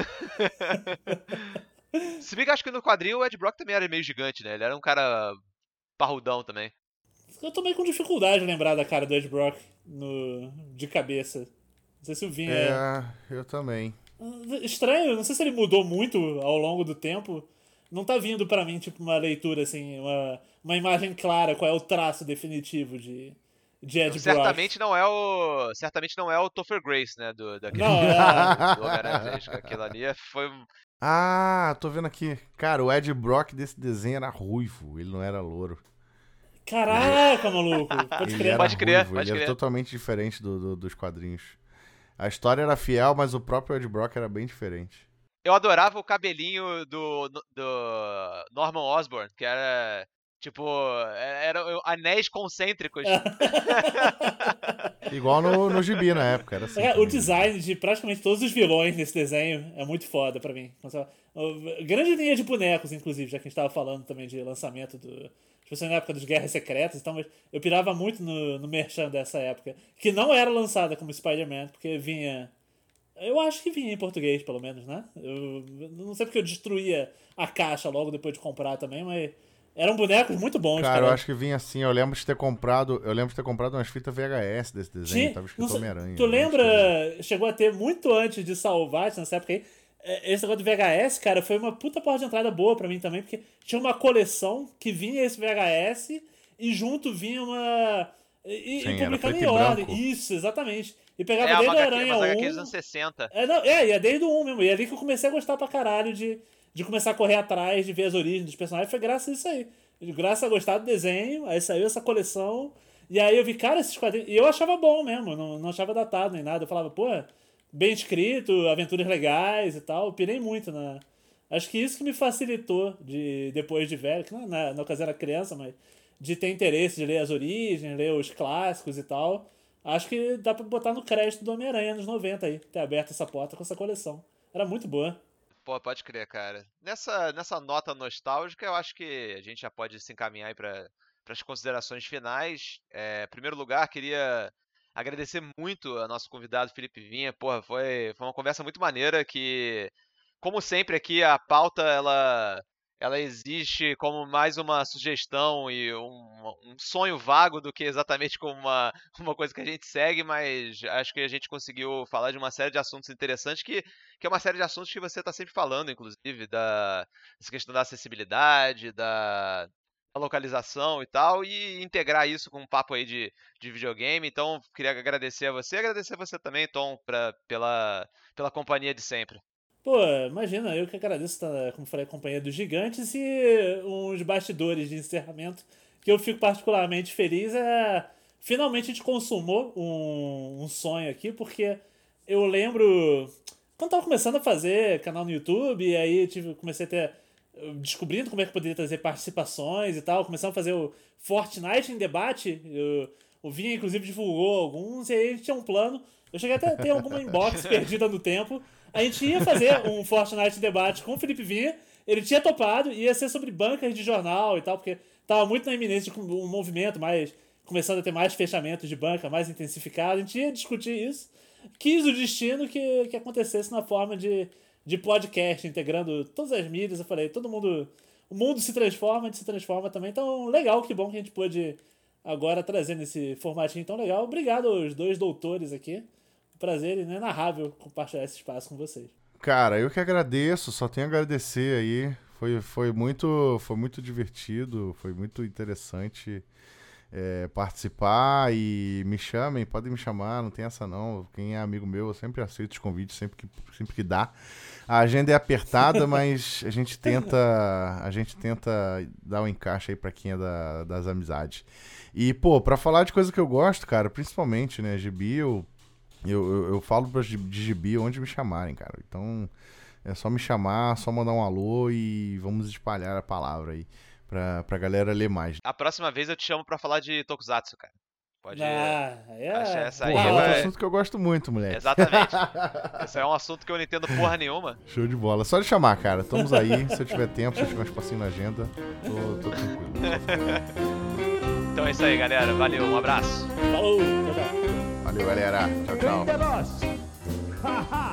Se bem que eu acho que no quadril o Ed Brock também era meio gigante, né? Ele era um cara parrudão também. Eu tô meio com dificuldade de lembrar da cara do Ed Brock no... de cabeça. Não sei se o Vinha é... É, eu também. Estranho, não sei se ele mudou muito ao longo do tempo. Não tá vindo pra mim, tipo, uma leitura, assim, uma, uma imagem clara, qual é o traço definitivo de, de Ed Brock. Certamente não é o. Certamente não é o Topher Grace, né? Do, daquele Não, é. do Homem-Aranha. Acho que aquilo ali é- foi. Ah, tô vendo aqui. Cara, o Ed Brock desse desenho era ruivo, ele não era louro. Caraca, maluco. Pode Ele crer. era Pode crer, ruivo, pode ele crer. era totalmente diferente do, do- dos quadrinhos. A história era fiel, mas o próprio Ed Brock era bem diferente. Eu adorava o cabelinho do, do Norman Osborn, que era. Tipo, eram anéis concêntricos. Igual no, no gibi na época, era assim. É, o também. design de praticamente todos os vilões nesse desenho é muito foda pra mim. Grande linha de bonecos, inclusive, já que a gente tava falando também de lançamento do... Especialmente na época das Guerras Secretas, então, mas eu pirava muito no, no merchan dessa época, que não era lançada como Spider-Man, porque vinha... Eu acho que vinha em português, pelo menos, né? Eu não sei porque eu destruía a caixa logo depois de comprar também, mas eram bonecos muito bons, cara. Cara, eu acho que vinha assim, eu lembro de ter comprado, eu lembro de ter comprado umas fitas V H S desse desenho, Tinha, tava escrito sei, Homem-Aranha. tu lembra, chegou a ter muito antes de Salvati, nessa época aí, esse negócio do V H S, cara, foi uma puta porta de entrada boa pra mim também, porque tinha uma coleção que vinha esse V H S e junto vinha uma... E, Sim, e publicava em era ordem. branco. Isso, exatamente. E pegava É, desde o H Q, Aranha mas H Q um... dos anos sessenta. É, não, é, e é desde o um mesmo. E é ali que eu comecei a gostar pra caralho de, de começar a correr atrás, de ver as origens dos personagens. Foi graças a isso aí. Graças a gostar do desenho, aí saiu essa coleção. E aí eu vi, cara, esses quadrinhos... E eu achava bom mesmo, não, não achava datado nem nada. Eu falava, pô, bem escrito, aventuras legais e tal. Eu pirei muito na... Acho que isso que me facilitou, de, depois de velho, que não, na, na ocasião era criança, mas de ter interesse de ler as origens, ler os clássicos e tal. Acho que dá pra botar no crédito do Homem-Aranha nos noventa aí, ter aberto essa porta com essa coleção. Era muito boa. Pô, pode crer, cara. Nessa, nessa nota nostálgica, eu acho que a gente já pode se encaminhar aí para as considerações finais. É, em primeiro lugar, queria agradecer muito ao nosso convidado Felipe Vinha. Porra, foi, foi uma conversa muito maneira que, como sempre aqui, a pauta, ela... ela existe como mais uma sugestão e um, um sonho vago do que exatamente como uma, uma coisa que a gente segue, mas acho que a gente conseguiu falar de uma série de assuntos interessantes, que, que é uma série de assuntos que você está sempre falando, inclusive, da essa questão da acessibilidade, da, da localização e tal, e integrar isso com um papo aí de, de videogame. Então, queria agradecer a você e agradecer a você também, Tom, pra, pela, pela companhia de sempre. Pô, imagina, eu que agradeço, tá, como falei, a companhia dos gigantes e uns bastidores de encerramento que eu fico particularmente feliz é... Finalmente a gente consumou um, um sonho aqui, porque eu lembro... Quando tava começando a fazer canal no YouTube, e aí tive, comecei a ter... Descobrindo como é que poderia trazer participações e tal, começamos a fazer o Fortnite em debate, eu, o Vinha inclusive divulgou alguns, e aí a gente tinha um plano. Eu cheguei até a ter alguma inbox perdida no tempo. A gente ia fazer um Fortnite debate com o Felipe Vinha, ele tinha topado, ia ser sobre bancas de jornal e tal, porque tava muito na iminência de um movimento mais, começando a ter mais fechamentos de banca, mais intensificado, a gente ia discutir isso. Quis o destino que, que acontecesse na forma de, de podcast, integrando todas as mídias. Eu falei, todo mundo, o mundo se transforma, a gente se transforma também, então legal, que bom que a gente pôde agora trazer nesse formatinho tão legal. Obrigado aos dois doutores aqui. Prazer inenarrável compartilhar esse espaço com vocês. Cara, eu que agradeço, só tenho a agradecer aí. Foi, foi, muito, foi muito divertido, foi muito interessante é, participar e me chamem, podem me chamar, não tem essa não. Quem é amigo meu, eu sempre aceito os convites, sempre que, sempre que dá. A agenda é apertada, mas a gente tenta, a gente tenta dar um encaixe aí pra quem é da, das amizades. E, pô, pra falar de coisa que eu gosto, cara, principalmente, né, gibi, eu Eu, eu, eu falo pra de gibi onde me chamarem, cara. Então, é só me chamar, só mandar um alô e vamos espalhar a palavra aí pra, pra galera ler mais. A próxima vez eu te chamo pra falar de Tokusatsu, cara. Pode... Ah, é... Acho essa aí Porra, é outro vai... assunto que eu gosto muito, moleque. Exatamente. Esse é um assunto que eu não entendo porra nenhuma. Show de bola. Só de chamar, cara. Estamos aí. Se eu tiver tempo, se eu tiver um espacinho na agenda, tô, tô tranquilo. Então é isso aí, galera. Valeu, um abraço. Falou, tchau, tchau. Valeu, galera. Tchau, tchau.